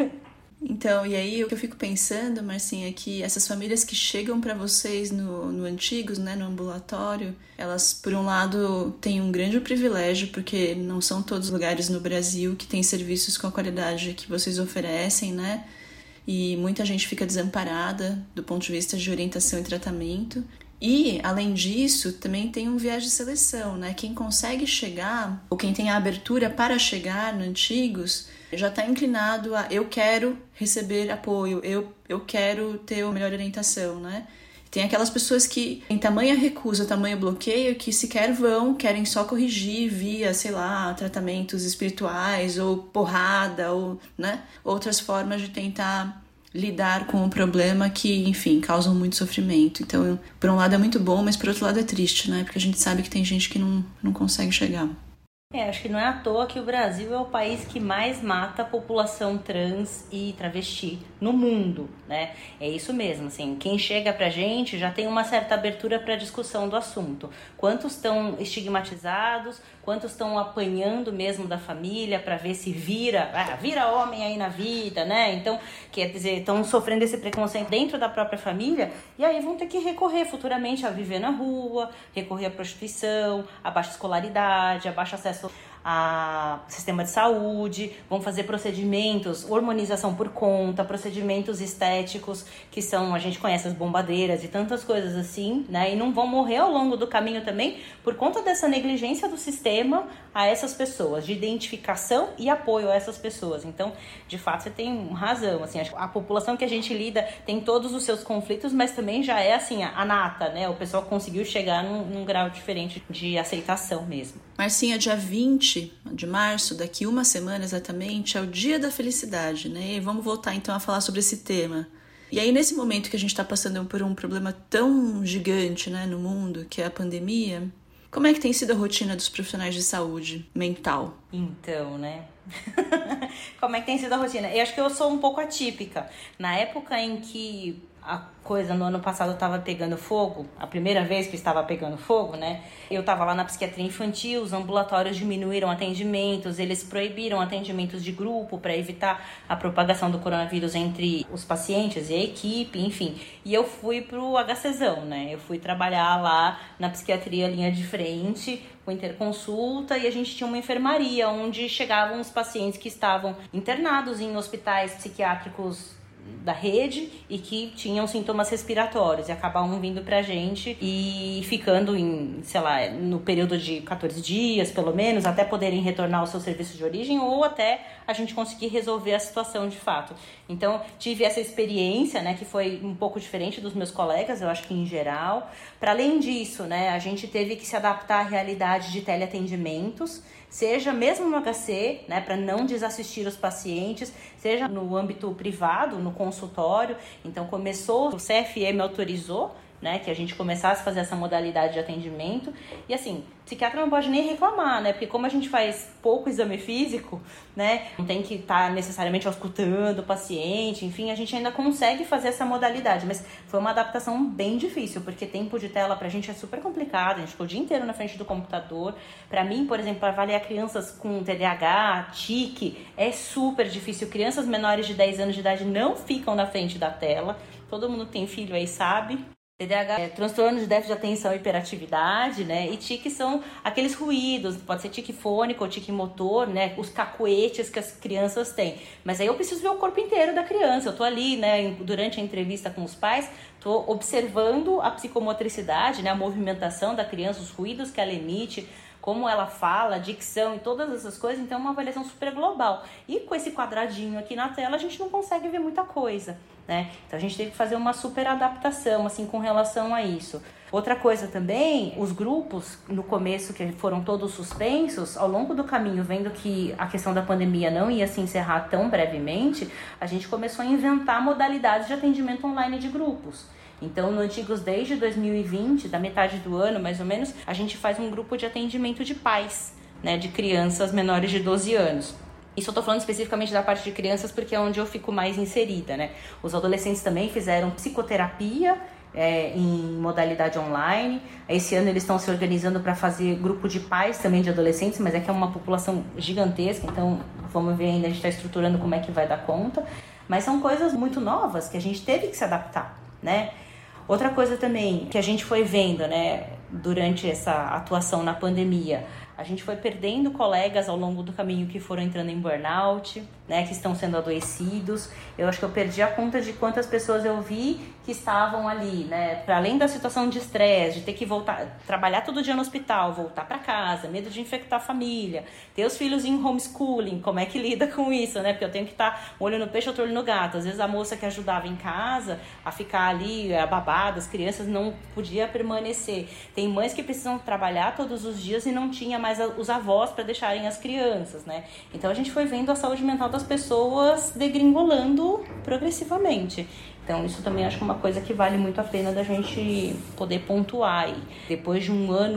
Então, e aí o que eu fico pensando, Marcinha, é que essas famílias que chegam para vocês no, no Antigos, né, no ambulatório, elas, por um lado, têm um grande privilégio, porque não são todos os lugares no Brasil que têm serviços com a qualidade que vocês oferecem, né? E muita gente fica desamparada do ponto de vista de orientação e tratamento. E, além disso, também tem um viés de seleção, né? Quem consegue chegar, ou quem tem a abertura para chegar no Antigos, já está inclinado a eu quero receber apoio, eu, eu quero ter a melhor orientação, né? Tem aquelas pessoas que têm tamanha recusa, tamanho bloqueio, que sequer vão, querem só corrigir via, sei lá, tratamentos espirituais, ou porrada, ou, né, outras formas de tentar lidar com o problema que, enfim, causam muito sofrimento. Então, por um lado é muito bom, mas por outro lado é triste, né? Porque a gente sabe que tem gente que não, não consegue chegar. É, acho que não é à toa que o Brasil é o país que mais mata a população trans e travesti no mundo, né? É isso mesmo, assim, quem chega pra gente já tem uma certa abertura para discussão do assunto. Quantos estão estigmatizados, quantos estão apanhando mesmo da família para ver se vira, ah, vira homem aí na vida, né? Então, quer dizer, estão sofrendo esse preconceito dentro da própria família e aí vão ter que recorrer futuramente a viver na rua, recorrer à prostituição, a baixa escolaridade, a baixo acesso a sistema de saúde, vão fazer procedimentos, hormonização por conta, procedimentos estéticos, que são, a gente conhece as bombadeiras e tantas coisas assim, né? E não vão morrer ao longo do caminho também por conta dessa negligência do sistema a essas pessoas, de identificação e apoio a essas pessoas. Então, de fato, você tem razão, assim, a população que a gente lida tem todos os seus conflitos, mas também já é, assim, a nata, né? O pessoal conseguiu chegar num, num grau diferente de aceitação mesmo. Marcinha, dia vinte de março, daqui uma semana exatamente, é o Dia da Felicidade, né? E vamos voltar então a falar sobre esse tema. E aí, nesse momento que a gente está passando por um problema tão gigante, né, no mundo, que é a pandemia, como é que tem sido a rotina dos profissionais de saúde mental? Então, né? Como é que tem sido a rotina? Eu acho que eu sou um pouco atípica. Na época em que a coisa no ano passado estava pegando fogo, a primeira vez que estava pegando fogo, né? Eu estava lá na psiquiatria infantil, os ambulatórios diminuíram atendimentos, eles proibiram atendimentos de grupo para evitar a propagação do coronavírus entre os pacientes e a equipe, enfim. E eu fui pro HCzão, né? Eu fui trabalhar lá na psiquiatria linha de frente, com interconsulta, e a gente tinha uma enfermaria onde chegavam os pacientes que estavam internados em hospitais psiquiátricos da rede e que tinham sintomas respiratórios e acabavam vindo pra gente e ficando em, sei lá, no período de quatorze dias, pelo menos, até poderem retornar ao seu serviço de origem ou até a gente conseguir resolver a situação de fato. Então, tive essa experiência, né, que foi um pouco diferente dos meus colegas, eu acho que em geral. Para além disso, né, a gente teve que se adaptar à realidade de teleatendimentos, seja mesmo no H C, né, para não desassistir os pacientes, seja no âmbito privado, no consultório. Então começou, o C F M autorizou, né, que a gente começasse a fazer essa modalidade de atendimento. E assim, o psiquiatra não pode nem reclamar, né, porque como a gente faz pouco exame físico, né, não tem que estar necessariamente auscultando o paciente, enfim, a gente ainda consegue fazer essa modalidade, mas foi uma adaptação bem difícil, porque tempo de tela pra gente é super complicado, a gente ficou o dia inteiro na frente do computador. Pra mim, por exemplo, para avaliar crianças com T D A H, tique, é super difícil. Crianças menores de dez anos de idade não ficam na frente da tela, todo mundo que tem filho aí sabe. T D A H é transtorno de déficit de atenção e hiperatividade, né? E tique são aqueles ruídos, pode ser tique fônico ou tique motor, né? Os cacuetes que as crianças têm. Mas aí eu preciso ver o corpo inteiro da criança. Eu tô ali, né, durante a entrevista com os pais, tô observando a psicomotricidade, né, a movimentação da criança, os ruídos que ela emite, como ela fala, a dicção e todas essas coisas. Então é uma avaliação super global. E com esse quadradinho aqui na tela, a gente não consegue ver muita coisa, né? Então a gente teve que fazer uma super adaptação, assim, com relação a isso. Outra coisa também, os grupos, no começo, que foram todos suspensos, ao longo do caminho, vendo que a questão da pandemia não ia se encerrar tão brevemente, a gente começou a inventar modalidades de atendimento online de grupos. Então, no Antigos desde dois mil e vinte, da metade do ano, mais ou menos, a gente faz um grupo de atendimento de pais, né, de crianças menores de doze anos. Isso eu tô falando especificamente da parte de crianças porque é onde eu fico mais inserida, né? Os adolescentes também fizeram psicoterapia é, em modalidade online. Esse ano eles estão se organizando para fazer grupo de pais também de adolescentes, mas é que é uma população gigantesca, então vamos ver ainda, a gente está estruturando como é que vai dar conta. Mas são coisas muito novas que a gente teve que se adaptar, né? Outra coisa também que a gente foi vendo, né, durante essa atuação na pandemia, a gente foi perdendo colegas ao longo do caminho que foram entrando em burnout, né, que estão sendo adoecidos. Eu acho que eu perdi a conta de quantas pessoas eu vi que estavam ali, né, para além da situação de estresse, de ter que voltar, trabalhar todo dia no hospital, voltar para casa, medo de infectar a família, ter os filhos em homeschooling, como é que lida com isso, né, porque eu tenho que estar um olho no peixe, outro olho no gato. Às vezes a moça que ajudava em casa a ficar ali, a babada, as crianças não podia permanecer. Tem mães que precisam trabalhar todos os dias e não tinha mais os avós para deixarem as crianças, né? Então a gente foi vendo a saúde mental das pessoas degringolando progressivamente. Então isso também acho que é uma coisa que vale muito a pena da gente poder pontuar. E depois de um ano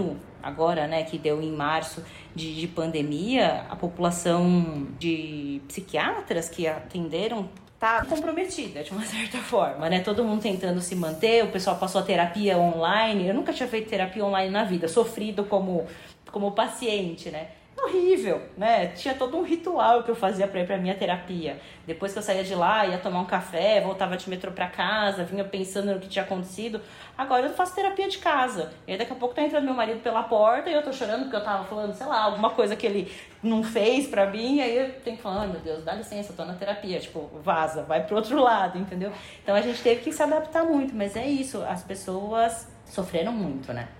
agora, né, que deu em março de, de pandemia, a população de psiquiatras que atenderam tá comprometida, de uma certa forma, né? Todo mundo tentando se manter, o pessoal passou a terapia online. Eu nunca tinha feito terapia online na vida, sofrido como, como paciente, né? Horrível, né? Tinha todo um ritual que eu fazia pra ir pra minha terapia. Depois que eu saía de lá, ia tomar um café, voltava de metrô pra casa, vinha pensando no que tinha acontecido. Agora eu faço terapia de casa. E aí daqui a pouco tá entrando meu marido pela porta e eu tô chorando porque eu tava falando, sei lá, alguma coisa que ele não fez pra mim. E aí eu tenho que falar, ai meu Deus, dá licença, eu tô na terapia. Tipo, vaza, vai pro outro lado, entendeu? Então a gente teve que se adaptar muito, mas é isso, as pessoas sofreram muito, né?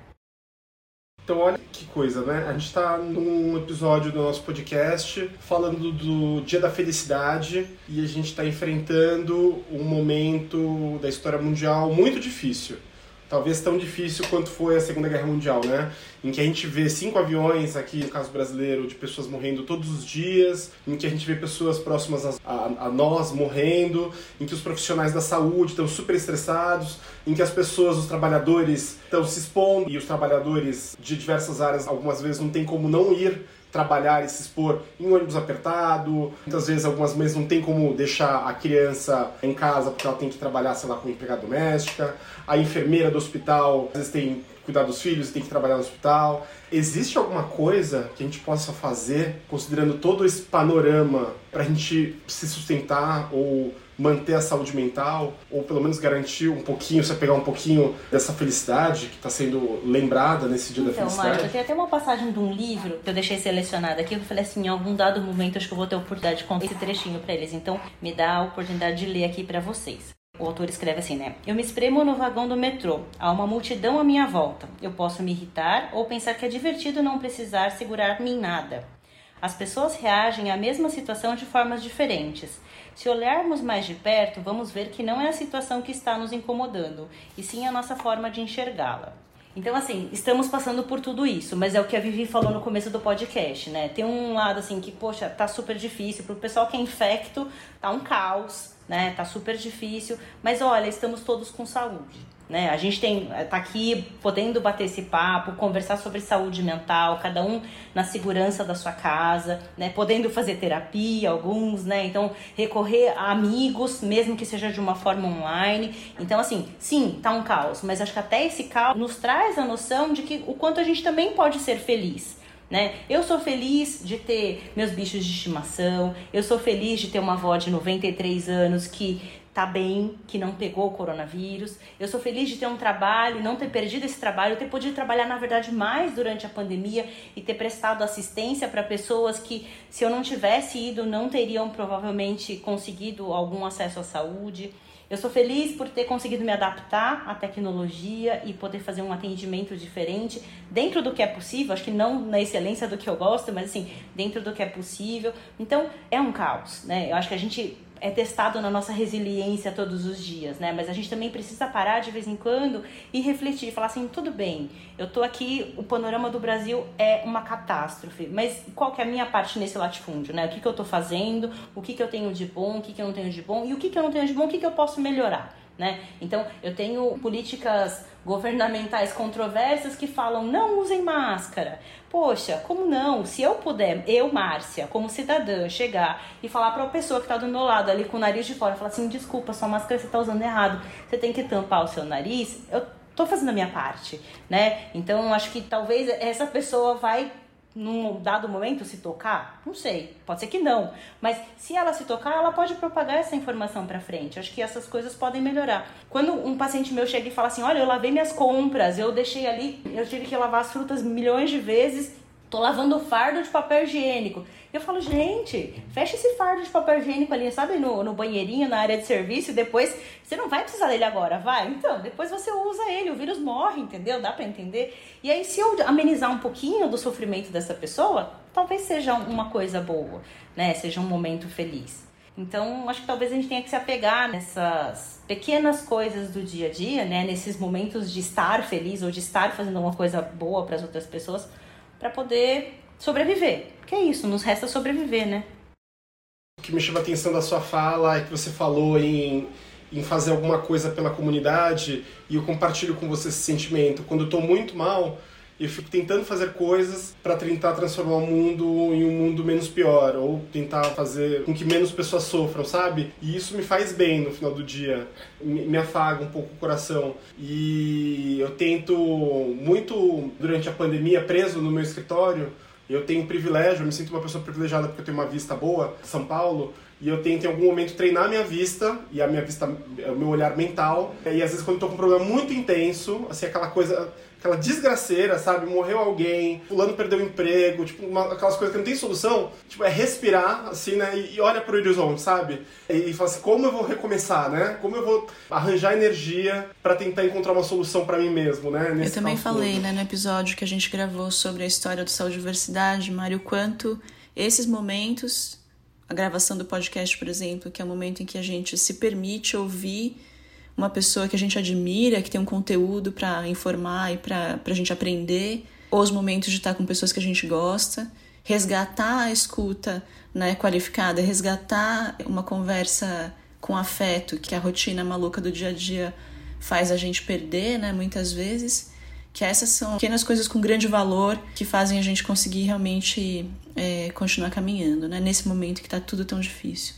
Então olha que coisa, né? A gente está num episódio do nosso podcast falando do Dia da Felicidade e a gente está enfrentando um momento da história mundial muito difícil. Talvez tão difícil quanto foi a Segunda Guerra Mundial, né? Em que a gente vê cinco aviões, aqui no caso brasileiro, de pessoas morrendo todos os dias, em que a gente vê pessoas próximas a, a, a nós morrendo, em que os profissionais da saúde estão super estressados, em que as pessoas, os trabalhadores, estão se expondo e os trabalhadores de diversas áreas, algumas vezes, não tem como não ir trabalhar e se expor em ônibus apertado. Muitas vezes algumas mães não tem como deixar a criança em casa porque ela tem que trabalhar, sei lá, com empregada doméstica. A enfermeira do hospital às vezes tem que cuidar dos filhos e tem que trabalhar no hospital. Existe alguma coisa que a gente possa fazer, considerando todo esse panorama, para a gente se sustentar ou manter a saúde mental, ou pelo menos garantir um pouquinho, você pegar um pouquinho dessa felicidade que está sendo lembrada nesse Dia então, da Felicidade? Mário, eu tenho até uma passagem de um livro que eu deixei selecionado aqui, eu falei assim, em algum dado momento acho que eu vou ter a oportunidade de contar esse trechinho para eles, então me dá a oportunidade de ler aqui para vocês. O autor escreve assim, né? Eu me espremo no vagão do metrô. Há uma multidão à minha volta. Eu posso me irritar ou pensar que é divertido não precisar segurar-me em nada. As pessoas reagem à mesma situação de formas diferentes. Se olharmos mais de perto, vamos ver que não é a situação que está nos incomodando, e sim a nossa forma de enxergá-la. Então, assim, estamos passando por tudo isso, mas é o que a Vivi falou no começo do podcast, né? Tem um lado, assim, que, poxa, tá super difícil. Pro pessoal que é infecto, tá um caos, né? Tá super difícil. Mas, olha, estamos todos com saúde, né? A gente tem, tá aqui podendo bater esse papo, conversar sobre saúde mental, cada um na segurança da sua casa, né? Podendo fazer terapia, alguns, né? Então, recorrer a amigos, mesmo que seja de uma forma online. Então, assim, sim, tá um caos, mas acho que até esse caos nos traz a noção de que o quanto a gente também pode ser feliz, né? Eu sou feliz de ter meus bichos de estimação, eu sou feliz de ter uma avó de noventa e três anos que tá bem, que não pegou o coronavírus. Eu sou feliz de ter um trabalho, não ter perdido esse trabalho, ter podido trabalhar, na verdade, mais durante a pandemia e ter prestado assistência para pessoas que, se eu não tivesse ido, não teriam provavelmente conseguido algum acesso à saúde. Eu sou feliz por ter conseguido me adaptar à tecnologia e poder fazer um atendimento diferente dentro do que é possível. Acho que não na excelência do que eu gosto, mas assim, dentro do que é possível. Então, é um caos, né? Eu acho que a gente é testado na nossa resiliência todos os dias, né? Mas a gente também precisa parar de vez em quando e refletir, falar assim, tudo bem, eu tô aqui, o panorama do Brasil é uma catástrofe, mas qual que é a minha parte nesse latifúndio, né? O que que eu tô fazendo, o que que eu tenho de bom, o que que eu não tenho de bom, e o que que eu não tenho de bom, o que que eu posso melhorar, né? Então, eu tenho políticas governamentais controversas que falam, não usem máscara. Poxa, como não? Se eu puder, eu, Márcia, como cidadã, chegar e falar para a pessoa que está do meu lado ali com o nariz de fora, falar assim, desculpa, sua máscara você está usando errado, você tem que tampar o seu nariz, eu tô fazendo a minha parte, né? Então, acho que talvez essa pessoa vai, num dado momento, se tocar, não sei, pode ser que não, mas se ela se tocar, ela pode propagar essa informação pra frente. Acho que essas coisas podem melhorar. Quando um paciente meu chega e fala assim, olha, eu lavei minhas compras, eu deixei ali, eu tive que lavar as frutas milhões de vezes, tô lavando o fardo de papel higiênico. Eu falo, gente, fecha esse fardo de papel higiênico ali, sabe, no, no banheirinho, na área de serviço, e depois, você não vai precisar dele agora, vai? Então, depois você usa ele, o vírus morre, entendeu? Dá pra entender? E aí, se eu amenizar um pouquinho do sofrimento dessa pessoa, talvez seja uma coisa boa, né? Seja um momento feliz. Então, acho que talvez a gente tenha que se apegar nessas pequenas coisas do dia a dia, né? Nesses momentos de estar feliz ou de estar fazendo uma coisa boa para as outras pessoas, para poder sobreviver. Porque é isso, nos resta sobreviver, né? O que me chama a atenção da sua fala é que você falou em, em fazer alguma coisa pela comunidade, e eu compartilho com você esse sentimento. Quando eu estou muito mal, e eu fico tentando fazer coisas para tentar transformar o mundo em um mundo menos pior, ou tentar fazer com que menos pessoas sofram, sabe? E isso me faz bem no final do dia, me afaga um pouco o coração. E eu tento muito, durante a pandemia, preso no meu escritório, eu tenho um privilégio, eu me sinto uma pessoa privilegiada porque eu tenho uma vista boa, São Paulo, e eu tento em algum momento treinar a minha vista, e a minha vista, o meu olhar mental, e às vezes quando eu tô com um problema muito intenso, assim, aquela coisa, aquela desgraceira, sabe, morreu alguém, fulano perdeu o emprego, tipo, uma, aquelas coisas que não tem solução, tipo, é respirar, assim, né, e, e olha pro horizonte, sabe, e, e fala assim, como eu vou recomeçar, né, como eu vou arranjar energia pra tentar encontrar uma solução pra mim mesmo, né, nesse Eu também falei, todo. né, no episódio que a gente gravou sobre a história do Saúde e Diversidade, Mário, quanto esses momentos, a gravação do podcast, por exemplo, que é o momento em que a gente se permite ouvir uma pessoa que a gente admira, que tem um conteúdo para informar e para a gente aprender, ou os momentos de estar com pessoas que a gente gosta, resgatar a escuta, né, qualificada, resgatar uma conversa com afeto, que a rotina maluca do dia a dia faz a gente perder, né, muitas vezes, que essas são pequenas coisas com grande valor que fazem a gente conseguir realmente é, continuar caminhando, né, nesse momento que está tudo tão difícil.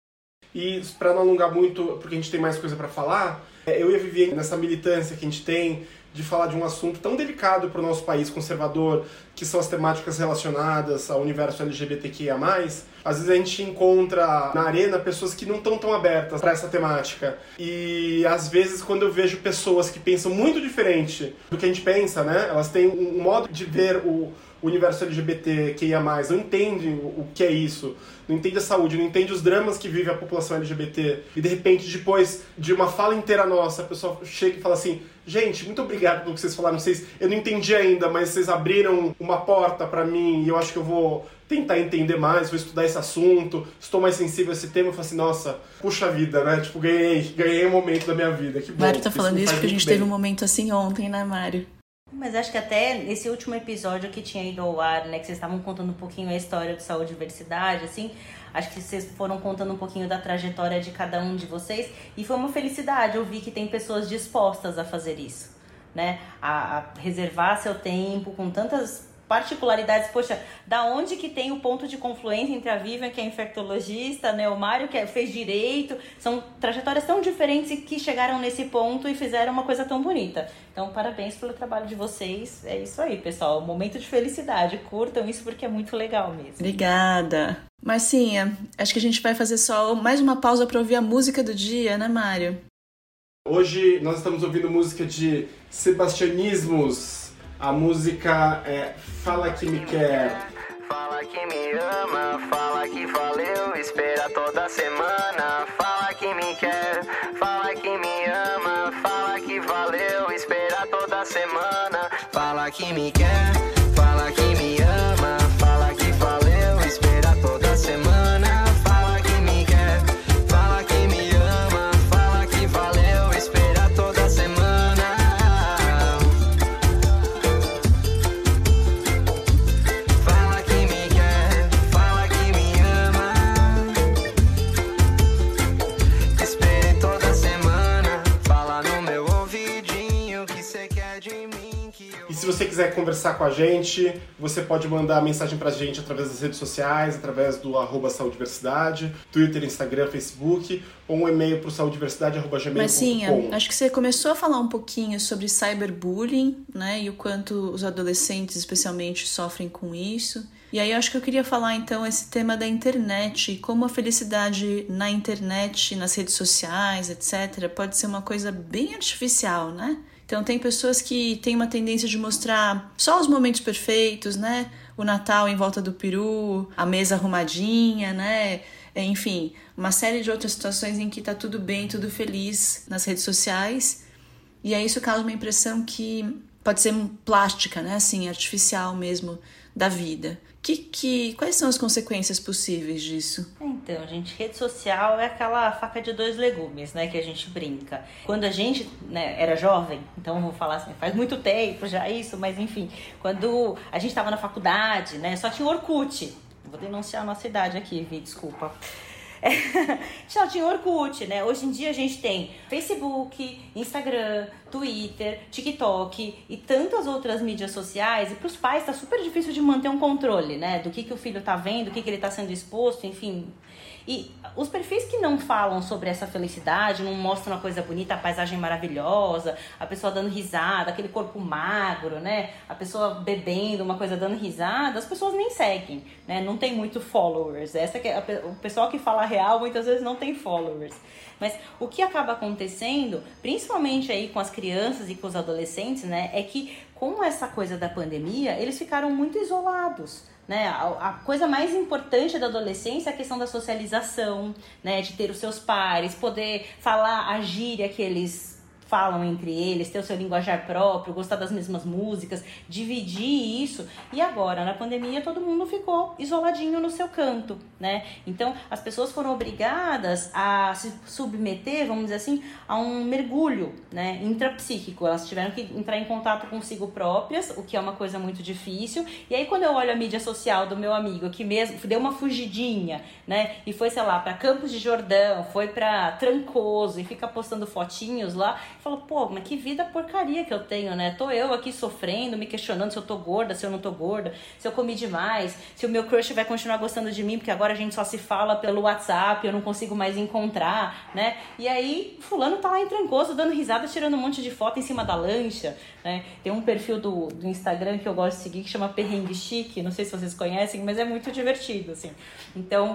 E para não alongar muito, porque a gente tem mais coisa para falar, eu ia viver nessa militância que a gente tem de falar de um assunto tão delicado para o nosso país conservador, que são as temáticas relacionadas ao universo L G B T Q I A mais. Às vezes a gente encontra na arena pessoas que não estão tão abertas para essa temática. E às vezes quando eu vejo pessoas que pensam muito diferente do que a gente pensa, né? Elas têm um modo de ver o universo L G B T Q I A mais, não entendem o que é isso, não entende a saúde, não entende os dramas que vive a população L G B T, e de repente, depois de uma fala inteira nossa, a pessoa chega e fala assim, gente, muito obrigado pelo que vocês falaram, vocês, eu não entendi ainda, mas vocês abriram uma porta pra mim, e eu acho que eu vou tentar entender mais, vou estudar esse assunto, estou mais sensível a esse tema, eu falo assim, nossa, puxa vida, né, tipo, ganhei, ganhei um momento da minha vida, que bom. Mário tá falando isso porque a gente teve um momento assim ontem, né, Mário? Mas acho que até nesse último episódio que tinha ido ao ar, né, que vocês estavam contando um pouquinho a história de saúde e diversidade, assim, acho que vocês foram contando um pouquinho da trajetória de cada um de vocês, e foi uma felicidade ouvir que tem pessoas dispostas a fazer isso, né, a, a reservar seu tempo com tantas particularidades. Poxa, da onde que tem o ponto de confluência entre a Vivian, que é infectologista, né, o Mário, que fez direito, são trajetórias tão diferentes e que chegaram nesse ponto e fizeram uma coisa tão bonita. Então, parabéns pelo trabalho de vocês. É isso aí, pessoal, momento de felicidade, curtam isso porque é muito legal mesmo. Obrigada. Marcinha, acho que a gente vai fazer só mais uma pausa para ouvir a música do dia, né, Mário? Hoje nós estamos ouvindo música de Sebastianismos. A música é Fala Que Me Quer. Fala que me ama, fala que valeu, espera toda semana. Fala que me quer, fala que me ama, fala que valeu, espera toda semana. Fala que me quer, fala que me ama, fala que valeu, espera toda semana. Fala que me quer, fala que me ama, fala que valeu, espera toda semana. Se você quiser conversar com a gente, você pode mandar mensagem pra gente através das redes sociais, através do arroba saudiversidade, Twitter, Instagram, Facebook, ou um e-mail pro saudiversidade arroba gmail ponto com. Marcinha, acho que você começou a falar um pouquinho sobre cyberbullying, né, e o quanto os adolescentes especialmente sofrem com isso. E aí eu acho que eu queria falar então esse tema da internet, como a felicidade na internet, nas redes sociais, etcétera, pode ser uma coisa bem artificial, né? Então tem pessoas que têm uma tendência de mostrar só os momentos perfeitos, né? O Natal em volta do peru, a mesa arrumadinha, né? Enfim, uma série de outras situações em que tá tudo bem, tudo feliz nas redes sociais. E aí isso causa uma impressão que pode ser plástica, né? Assim, artificial mesmo da vida. Que, que, quais são as consequências possíveis disso? Então, gente, rede social é aquela faca de dois legumes, né, que a gente brinca. Quando a gente, né, era jovem, então vou falar assim, faz muito tempo já isso, mas enfim, quando a gente estava na faculdade, né, só tinha Orkut. Vou denunciar a nossa idade aqui, Vi, desculpa. É, já tinha Orkut, né? Hoje em dia a gente tem Facebook, Instagram, Twitter, TikTok e tantas outras mídias sociais. E para os pais tá super difícil de manter um controle, né? Do que, que o filho tá vendo, do que, que ele tá sendo exposto, enfim. E os perfis que não falam sobre essa felicidade, não mostram uma coisa bonita, a paisagem maravilhosa, a pessoa dando risada, aquele corpo magro, né? A pessoa bebendo, uma coisa dando risada, as pessoas nem seguem, né? Não tem muito followers. Essa que é a, o pessoal que fala real muitas vezes não tem followers. Mas o que acaba acontecendo, principalmente aí com as crianças e com os adolescentes, né? É que com essa coisa da pandemia, eles ficaram muito isolados. Né? A, a coisa mais importante da adolescência é a questão da socialização, né? De ter os seus pares, poder falar a gíria que eles falam entre eles, ter o seu linguajar próprio, gostar das mesmas músicas, dividir isso. E agora, na pandemia, todo mundo ficou isoladinho no seu canto, né? Então, as pessoas foram obrigadas a se submeter, vamos dizer assim, a um mergulho, né, intrapsíquico. Elas tiveram que entrar em contato consigo próprias, o que é uma coisa muito difícil. E aí, quando eu olho a mídia social do meu amigo, que mesmo deu uma fugidinha, né, e foi, sei lá, para Campos de Jordão, foi para Trancoso e fica postando fotinhos lá, falo, pô, mas que vida porcaria que eu tenho, né? Tô eu aqui sofrendo, me questionando se eu tô gorda, se eu não tô gorda, se eu comi demais, se o meu crush vai continuar gostando de mim, porque agora a gente só se fala pelo WhatsApp, eu não consigo mais encontrar, né? E aí, fulano tá lá em Trancoso, dando risada, tirando um monte de foto em cima da lancha, né? Tem um perfil do, do Instagram que eu gosto de seguir, que chama Perrengue Chique, não sei se vocês conhecem, mas é muito divertido, assim. Então,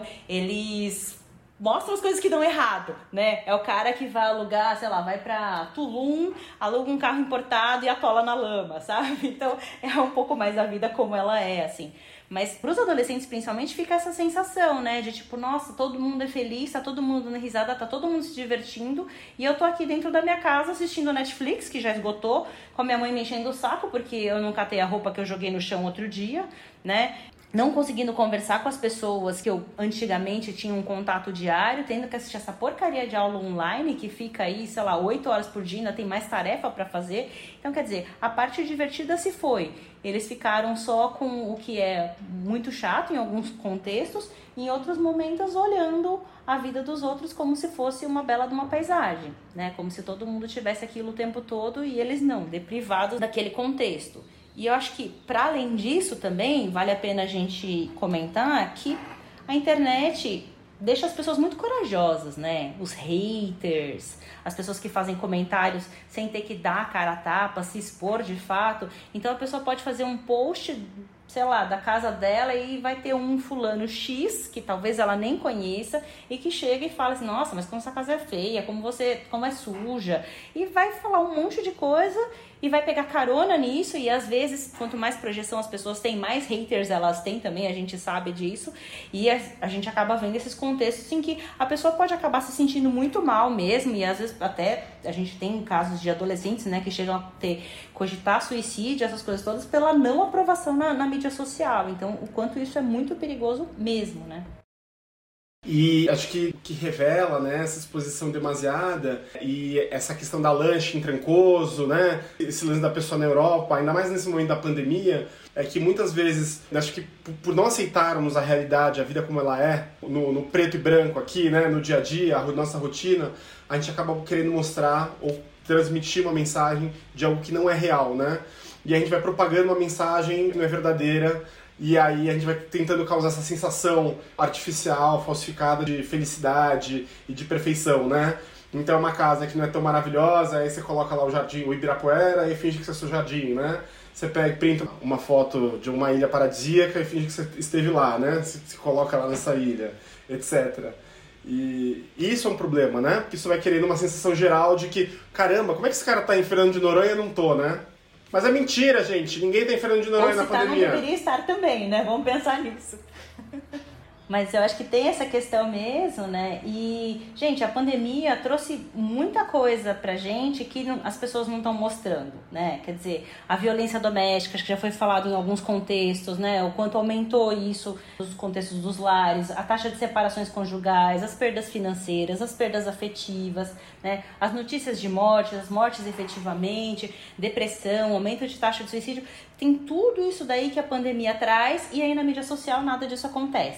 eles mostram as coisas que dão errado, né? É o cara que vai alugar, sei lá, vai pra Tulum, aluga um carro importado e atola na lama, sabe? Então, é um pouco mais a vida como ela é, assim. Mas pros adolescentes, principalmente, fica essa sensação, né? De tipo, nossa, todo mundo é feliz, tá todo mundo dando risada, tá todo mundo se divertindo. E eu tô aqui dentro da minha casa assistindo Netflix, que já esgotou, com a minha mãe me enchendo o saco, porque eu não catei a roupa que eu joguei no chão outro dia, né? Não conseguindo conversar com as pessoas que eu antigamente tinha um contato diário, tendo que assistir essa porcaria de aula online que fica aí, sei lá, oito horas por dia, ainda tem mais tarefa para fazer. Então, quer dizer, a parte divertida se foi. Eles ficaram só com o que é muito chato em alguns contextos, e em outros momentos olhando a vida dos outros como se fosse uma bela de uma paisagem, né? Como se todo mundo tivesse aquilo o tempo todo e eles não, deprivados daquele contexto. E eu acho que, para além disso também, vale a pena a gente comentar que a internet deixa as pessoas muito corajosas, né? Os haters, as pessoas que fazem comentários sem ter que dar a cara a tapa, se expor de fato. Então a pessoa pode fazer um post, sei lá, da casa dela e vai ter um fulano X, que talvez ela nem conheça, e que chega e fala assim, nossa, mas como essa casa é feia, como você, como é suja. E vai falar um monte de coisa e vai pegar carona nisso, e às vezes, quanto mais projeção as pessoas têm, mais haters elas têm também, a gente sabe disso, e a, a gente acaba vendo esses contextos em que a pessoa pode acabar se sentindo muito mal mesmo, e às vezes até a gente tem casos de adolescentes, né, que chegam a ter, cogitar suicídio, essas coisas todas, pela não aprovação na, na mídia social. Então, o quanto isso é muito perigoso mesmo, né? E acho que que revela, né, essa exposição demasiada e essa questão da lancha em Trancoso, né, esse lance da pessoa na Europa, ainda mais nesse momento da pandemia, é que muitas vezes, acho que por não aceitarmos a realidade, a vida como ela é, no, no preto e branco aqui, né, no dia a dia, a nossa rotina, a gente acaba querendo mostrar ou transmitir uma mensagem de algo que não é real, né? E a gente vai propagando uma mensagem que não é verdadeira, e aí a gente vai tentando causar essa sensação artificial, falsificada de felicidade e de perfeição, né? Então é uma casa que não é tão maravilhosa, aí você coloca lá o jardim, o Ibirapuera, e finge que você é o seu jardim, né? Você pega e printa uma foto de uma ilha paradisíaca e finge que você esteve lá, né? Se, se coloca lá nessa ilha, etcétera. E isso é um problema, né? Porque isso vai querendo uma sensação geral de que, caramba, como é que esse cara tá em Fernando de Noronha e eu não tô, né? Mas é mentira, gente. Ninguém tá em Fernando de Noronha na pandemia. Ou se tá, não deveria estar também, né? Vamos pensar nisso. Mas eu acho que tem essa questão mesmo, né? E, gente, a pandemia trouxe muita coisa pra gente que não, as pessoas não estão mostrando, né? Quer dizer, a violência doméstica, acho que já foi falado em alguns contextos, né? O quanto aumentou isso nos contextos dos lares, a taxa de separações conjugais, as perdas financeiras, as perdas afetivas, né? As notícias de morte, as mortes efetivamente, depressão, aumento de taxa de suicídio. Tem tudo isso daí que a pandemia traz e aí na mídia social nada disso acontece,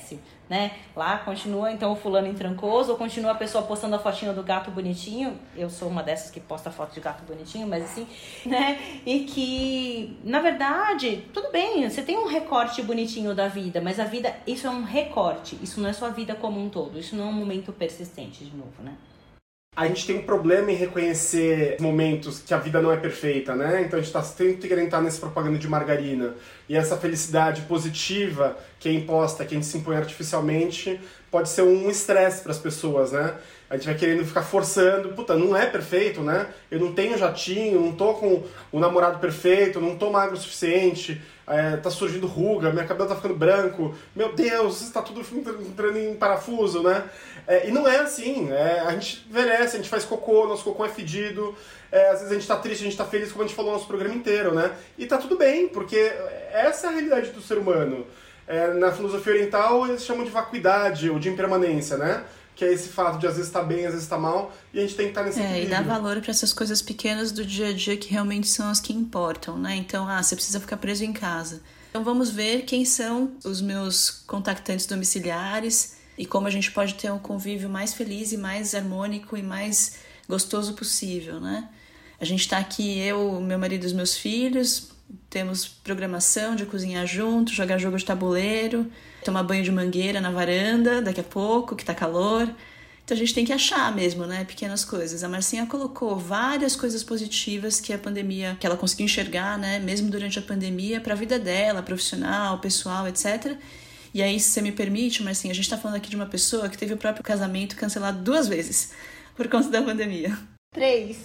né? Lá continua, então, o fulano intrancoso, ou continua a pessoa postando a fotinha do gato bonitinho. Eu sou uma dessas que posta foto de gato bonitinho, mas assim, né? E que, na verdade, tudo bem, você tem um recorte bonitinho da vida, mas a vida, isso é um recorte, isso não é sua vida como um todo, isso não é um momento persistente, de novo, né? A gente tem um problema em reconhecer momentos que a vida não é perfeita, né? Então a gente tá sempre querendo estar nessa propaganda de margarina. E essa felicidade positiva que é imposta, que a gente se impõe artificialmente, pode ser um estresse para as pessoas, né? A gente vai querendo ficar forçando, puta, não é perfeito, né? Eu não tenho jatinho, não tô com o namorado perfeito, não tô magro o suficiente, é, tá surgindo ruga, minha cabelo tá ficando branco, meu Deus, está tudo entrando em parafuso, né? É, e não é assim, é, a gente envelhece, a gente faz cocô, nosso cocô é fedido, é, às vezes a gente tá triste, a gente tá feliz, como a gente falou no nosso programa inteiro, né? E tá tudo bem, porque essa é a realidade do ser humano. É, na filosofia oriental eles chamam de vacuidade ou de impermanência, né? Que é esse fato de às vezes estar tá bem, às vezes estar tá mal, e a gente tem que estar tá nesse é, equilíbrio. E dar valor para essas coisas pequenas do dia a dia que realmente são as que importam, né? Então, ah, você precisa ficar preso em casa. Então vamos ver quem são os meus contactantes domiciliares e como a gente pode ter um convívio mais feliz e mais harmônico e mais gostoso possível, né? A gente está aqui, eu, meu marido e os meus filhos, temos programação de cozinhar junto, jogar jogo de tabuleiro, tomar banho de mangueira na varanda daqui a pouco, que tá calor. Então a gente tem que achar mesmo, né, pequenas coisas. A Marcinha colocou várias coisas positivas que a pandemia, que ela conseguiu enxergar, né, mesmo durante a pandemia, para a vida dela, profissional, pessoal, etcétera. E aí, se você me permite, Marcinha, a gente tá falando aqui de uma pessoa que teve o próprio casamento cancelado duas vezes por conta da pandemia. Três.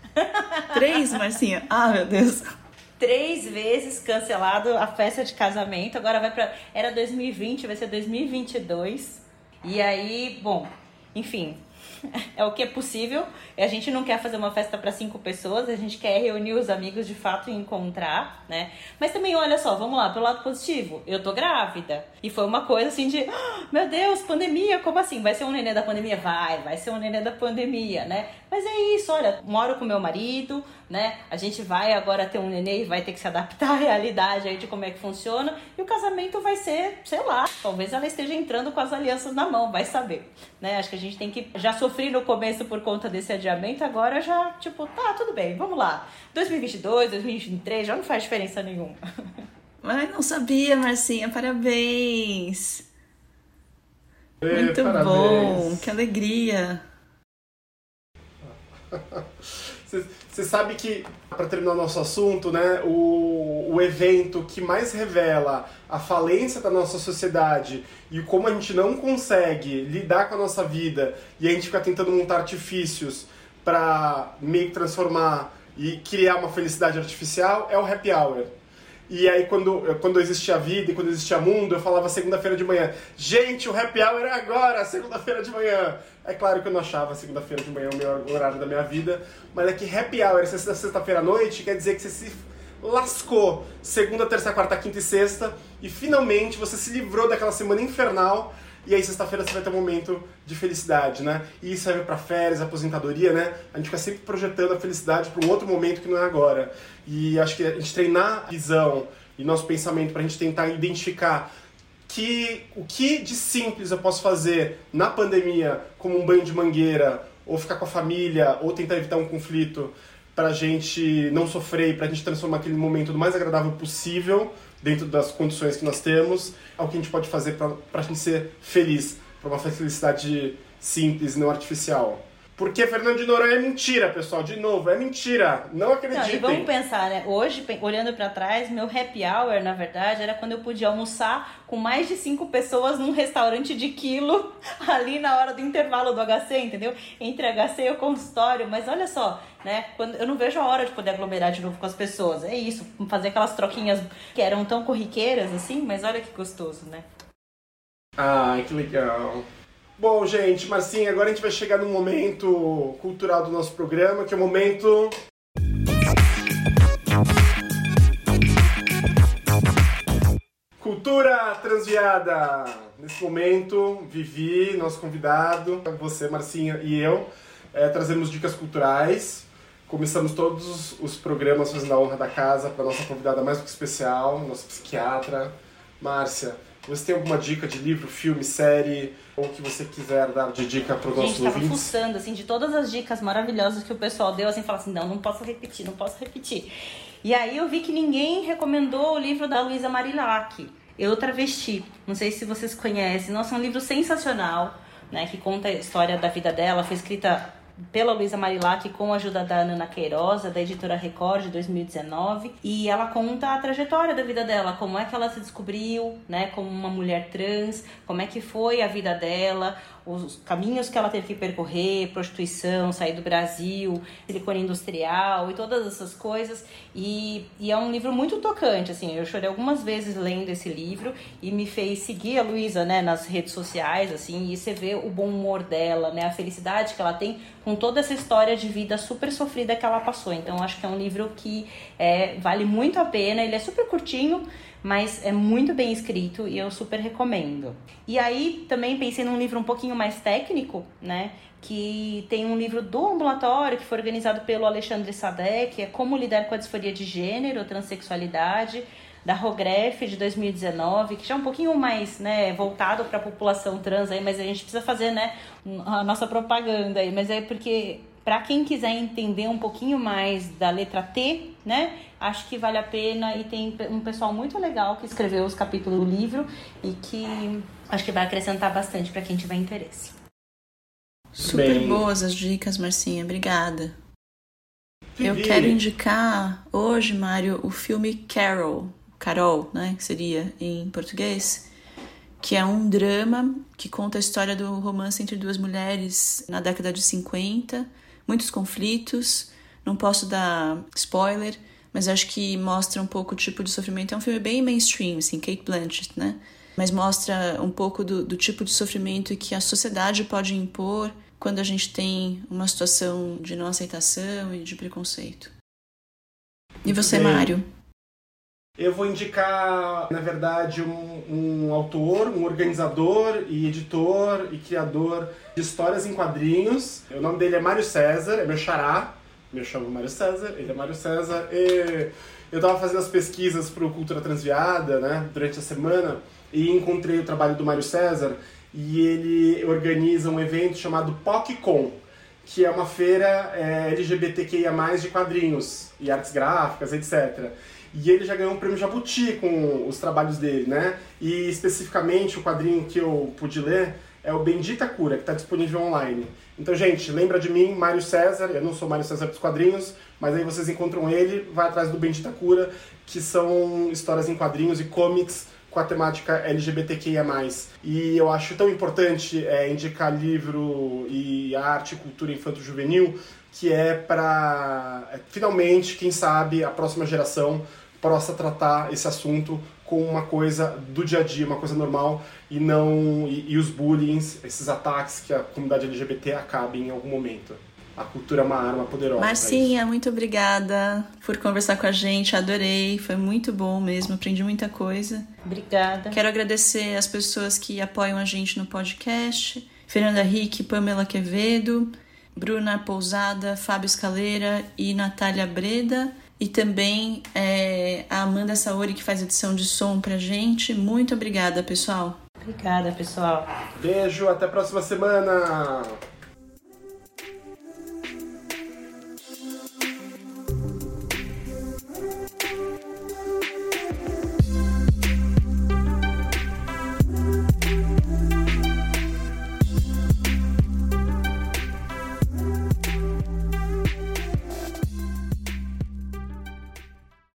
Três, Marcinha? Ah, meu Deus. Três vezes cancelado a festa de casamento, agora vai pra... Era dois mil e vinte, vai ser dois mil e vinte e dois. E aí, bom, enfim, é o que é possível. A gente não quer fazer uma festa para cinco pessoas, a gente quer reunir os amigos de fato e encontrar, né? Mas também, olha só, vamos lá, pelo lado positivo. Eu tô grávida. E foi uma coisa assim de, oh, meu Deus, pandemia, como assim? Vai ser um nenê da pandemia? Vai, vai ser um nenê da pandemia, né? Mas é isso, olha, moro com meu marido, né? A gente vai agora ter um nenê e vai ter que se adaptar à realidade aí de como é que funciona. E o casamento vai ser, sei lá, talvez ela esteja entrando com as alianças na mão, vai saber, né? Acho que a gente tem que já sofrer no começo por conta desse adiamento, agora já, tipo, tá, tudo bem, vamos lá. dois mil e vinte e dois, dois mil e vinte e três já não faz diferença nenhuma. Ai, não sabia, Marcinha, parabéns. Ei, muito parabéns. Bom, que alegria. Você sabe que, para terminar o nosso assunto, né, o, o evento que mais revela a falência da nossa sociedade e como a gente não consegue lidar com a nossa vida e a gente fica tentando montar artifícios para meio que transformar e criar uma felicidade artificial é o happy hour. E aí, quando, quando existia vida e quando existia mundo, eu falava segunda-feira de manhã. Gente, o happy hour é agora, segunda-feira de manhã. É claro que eu não achava segunda-feira de manhã o melhor horário da minha vida, mas é que happy hour, sexta-feira à noite, quer dizer que você se lascou segunda, terça, quarta, quinta e sexta e finalmente você se livrou daquela semana infernal. E aí, sexta-feira, você vai ter um momento de felicidade, né? E isso serve pra férias, aposentadoria, né? A gente fica sempre projetando a felicidade para um outro momento que não é agora. E acho que a gente treinar a visão e nosso pensamento pra gente tentar identificar que, o que de simples eu posso fazer na pandemia, como um banho de mangueira, ou ficar com a família, ou tentar evitar um conflito, pra gente não sofrer e pra gente transformar aquele momento do mais agradável possível, dentro das condições que nós temos, é o que a gente pode fazer para a gente ser feliz, para uma felicidade simples, não artificial. Porque Fernando de Noronha é mentira, pessoal, de novo, é mentira, não acreditem. Não, e vamos pensar, né, hoje, olhando pra trás, meu happy hour, na verdade, era quando eu podia almoçar com mais de cinco pessoas num restaurante de quilo, ali na hora do intervalo do H C, entendeu? Entre H C e o consultório, mas olha só, né, quando, eu não vejo a hora de poder aglomerar de novo com as pessoas, é isso, fazer aquelas troquinhas que eram tão corriqueiras, assim, mas olha que gostoso, né? Ai, que legal. Bom, gente, Marcinha, agora a gente vai chegar num momento cultural do nosso programa, que é o momento... Cultura Transviada! Nesse momento, Vivi, nosso convidado, você, Marcinha e eu, é, trazemos dicas culturais. Começamos todos os programas fazendo a honra da casa para nossa convidada mais do que especial, nossa psiquiatra, Márcia. Você tem alguma dica de livro, filme, série, ou que você quiser dar de dica para os nossos ouvintes? Gente, tava fuçando, assim, de todas as dicas maravilhosas que o pessoal deu, assim, fala assim, não, não posso repetir, não posso repetir. E aí eu vi que ninguém recomendou o livro da Luísa Marilac, Eu Travesti. Não sei se vocês conhecem. Nossa, é um livro sensacional, né, que conta a história da vida dela. Foi escrita pela Luísa Marilac com a ajuda da Nana Queiroz, da editora Record, de dois mil e dezenove. E ela conta a trajetória da vida dela, como é que ela se descobriu, né, como uma mulher trans, como é que foi a vida dela, os caminhos que ela teve que percorrer, prostituição, sair do Brasil, silicone industrial e todas essas coisas. E, e é um livro muito tocante, assim, eu chorei algumas vezes lendo esse livro e me fez seguir a Luísa, né, nas redes sociais, assim, e você vê o bom humor dela, né, a felicidade que ela tem com toda essa história de vida super sofrida que ela passou. Então, acho que é um livro que é, vale muito a pena, ele é super curtinho, mas é muito bem escrito e eu super recomendo. E aí também pensei num livro um pouquinho mais técnico, né? Que tem um livro do ambulatório que foi organizado pelo Alexandre Sadek, que é Como Lidar com a Disforia de Gênero, Transsexualidade, da Rogref, de dois mil e dezenove, que já é um pouquinho mais, né, voltado para a população trans, aí, mas a gente precisa fazer, né, a nossa propaganda aí, mas é porque para quem quiser entender um pouquinho mais da letra T, né, acho que vale a pena, e tem um pessoal muito legal que escreveu os capítulos do livro e que acho que vai acrescentar bastante para quem tiver interesse. Super Bem... boas as dicas, Marcinha, obrigada. Eu quero indicar hoje, Mário, o filme Carol, Carol, né, que seria em português, que é um drama que conta a história do romance entre duas mulheres na década de cinquenta, muitos conflitos, não posso dar spoiler, mas acho que mostra um pouco o tipo de sofrimento. É um filme bem mainstream, assim, Cate Blanchett, né? Mas mostra um pouco do, do tipo de sofrimento que a sociedade pode impor quando a gente tem uma situação de não aceitação e de preconceito. E você, Bem, Mário? Eu vou indicar, na verdade, um, um autor, um organizador e editor e criador de histórias em quadrinhos. O nome dele é Mário César, é meu xará. Eu chamo Mário César, ele é Mário César. E eu estava fazendo as pesquisas para o Cultura Transviada, né, durante a semana, e encontrei o trabalho do Mário César, e ele organiza um evento chamado PocCon, que é uma feira é, L G B T Q I A mais, de quadrinhos e artes gráficas, etcétera. E ele já ganhou um prêmio Jabuti com os trabalhos dele, né? E especificamente o quadrinho que eu pude ler é o Bendita Cura, que está disponível online. Então, gente, lembra de mim, Mário César. Eu não sou Mário César dos quadrinhos, mas aí vocês encontram ele, vai atrás do Bendita Cura, que são histórias em quadrinhos e comics com a temática L G B T Q I A mais. E eu acho tão importante é, indicar livro e arte e cultura infanto-juvenil, que é para, é, finalmente, quem sabe, a próxima geração possa tratar esse assunto com uma coisa do dia a dia, uma coisa normal, e não e, e os bullying, esses ataques que a comunidade L G B T acabem em algum momento. A cultura é uma arma poderosa. Marcinha, muito obrigada por conversar com a gente, adorei, foi muito bom mesmo, aprendi muita coisa. Obrigada. Quero agradecer as pessoas que apoiam a gente no podcast: Fernanda Rick, Pamela Quevedo, Bruna Pousada, Fábio Escaleira e Natália Breda. E também é, a Amanda Saori, que faz edição de som pra gente. Muito obrigada, pessoal. Obrigada, pessoal. Beijo, até a próxima semana.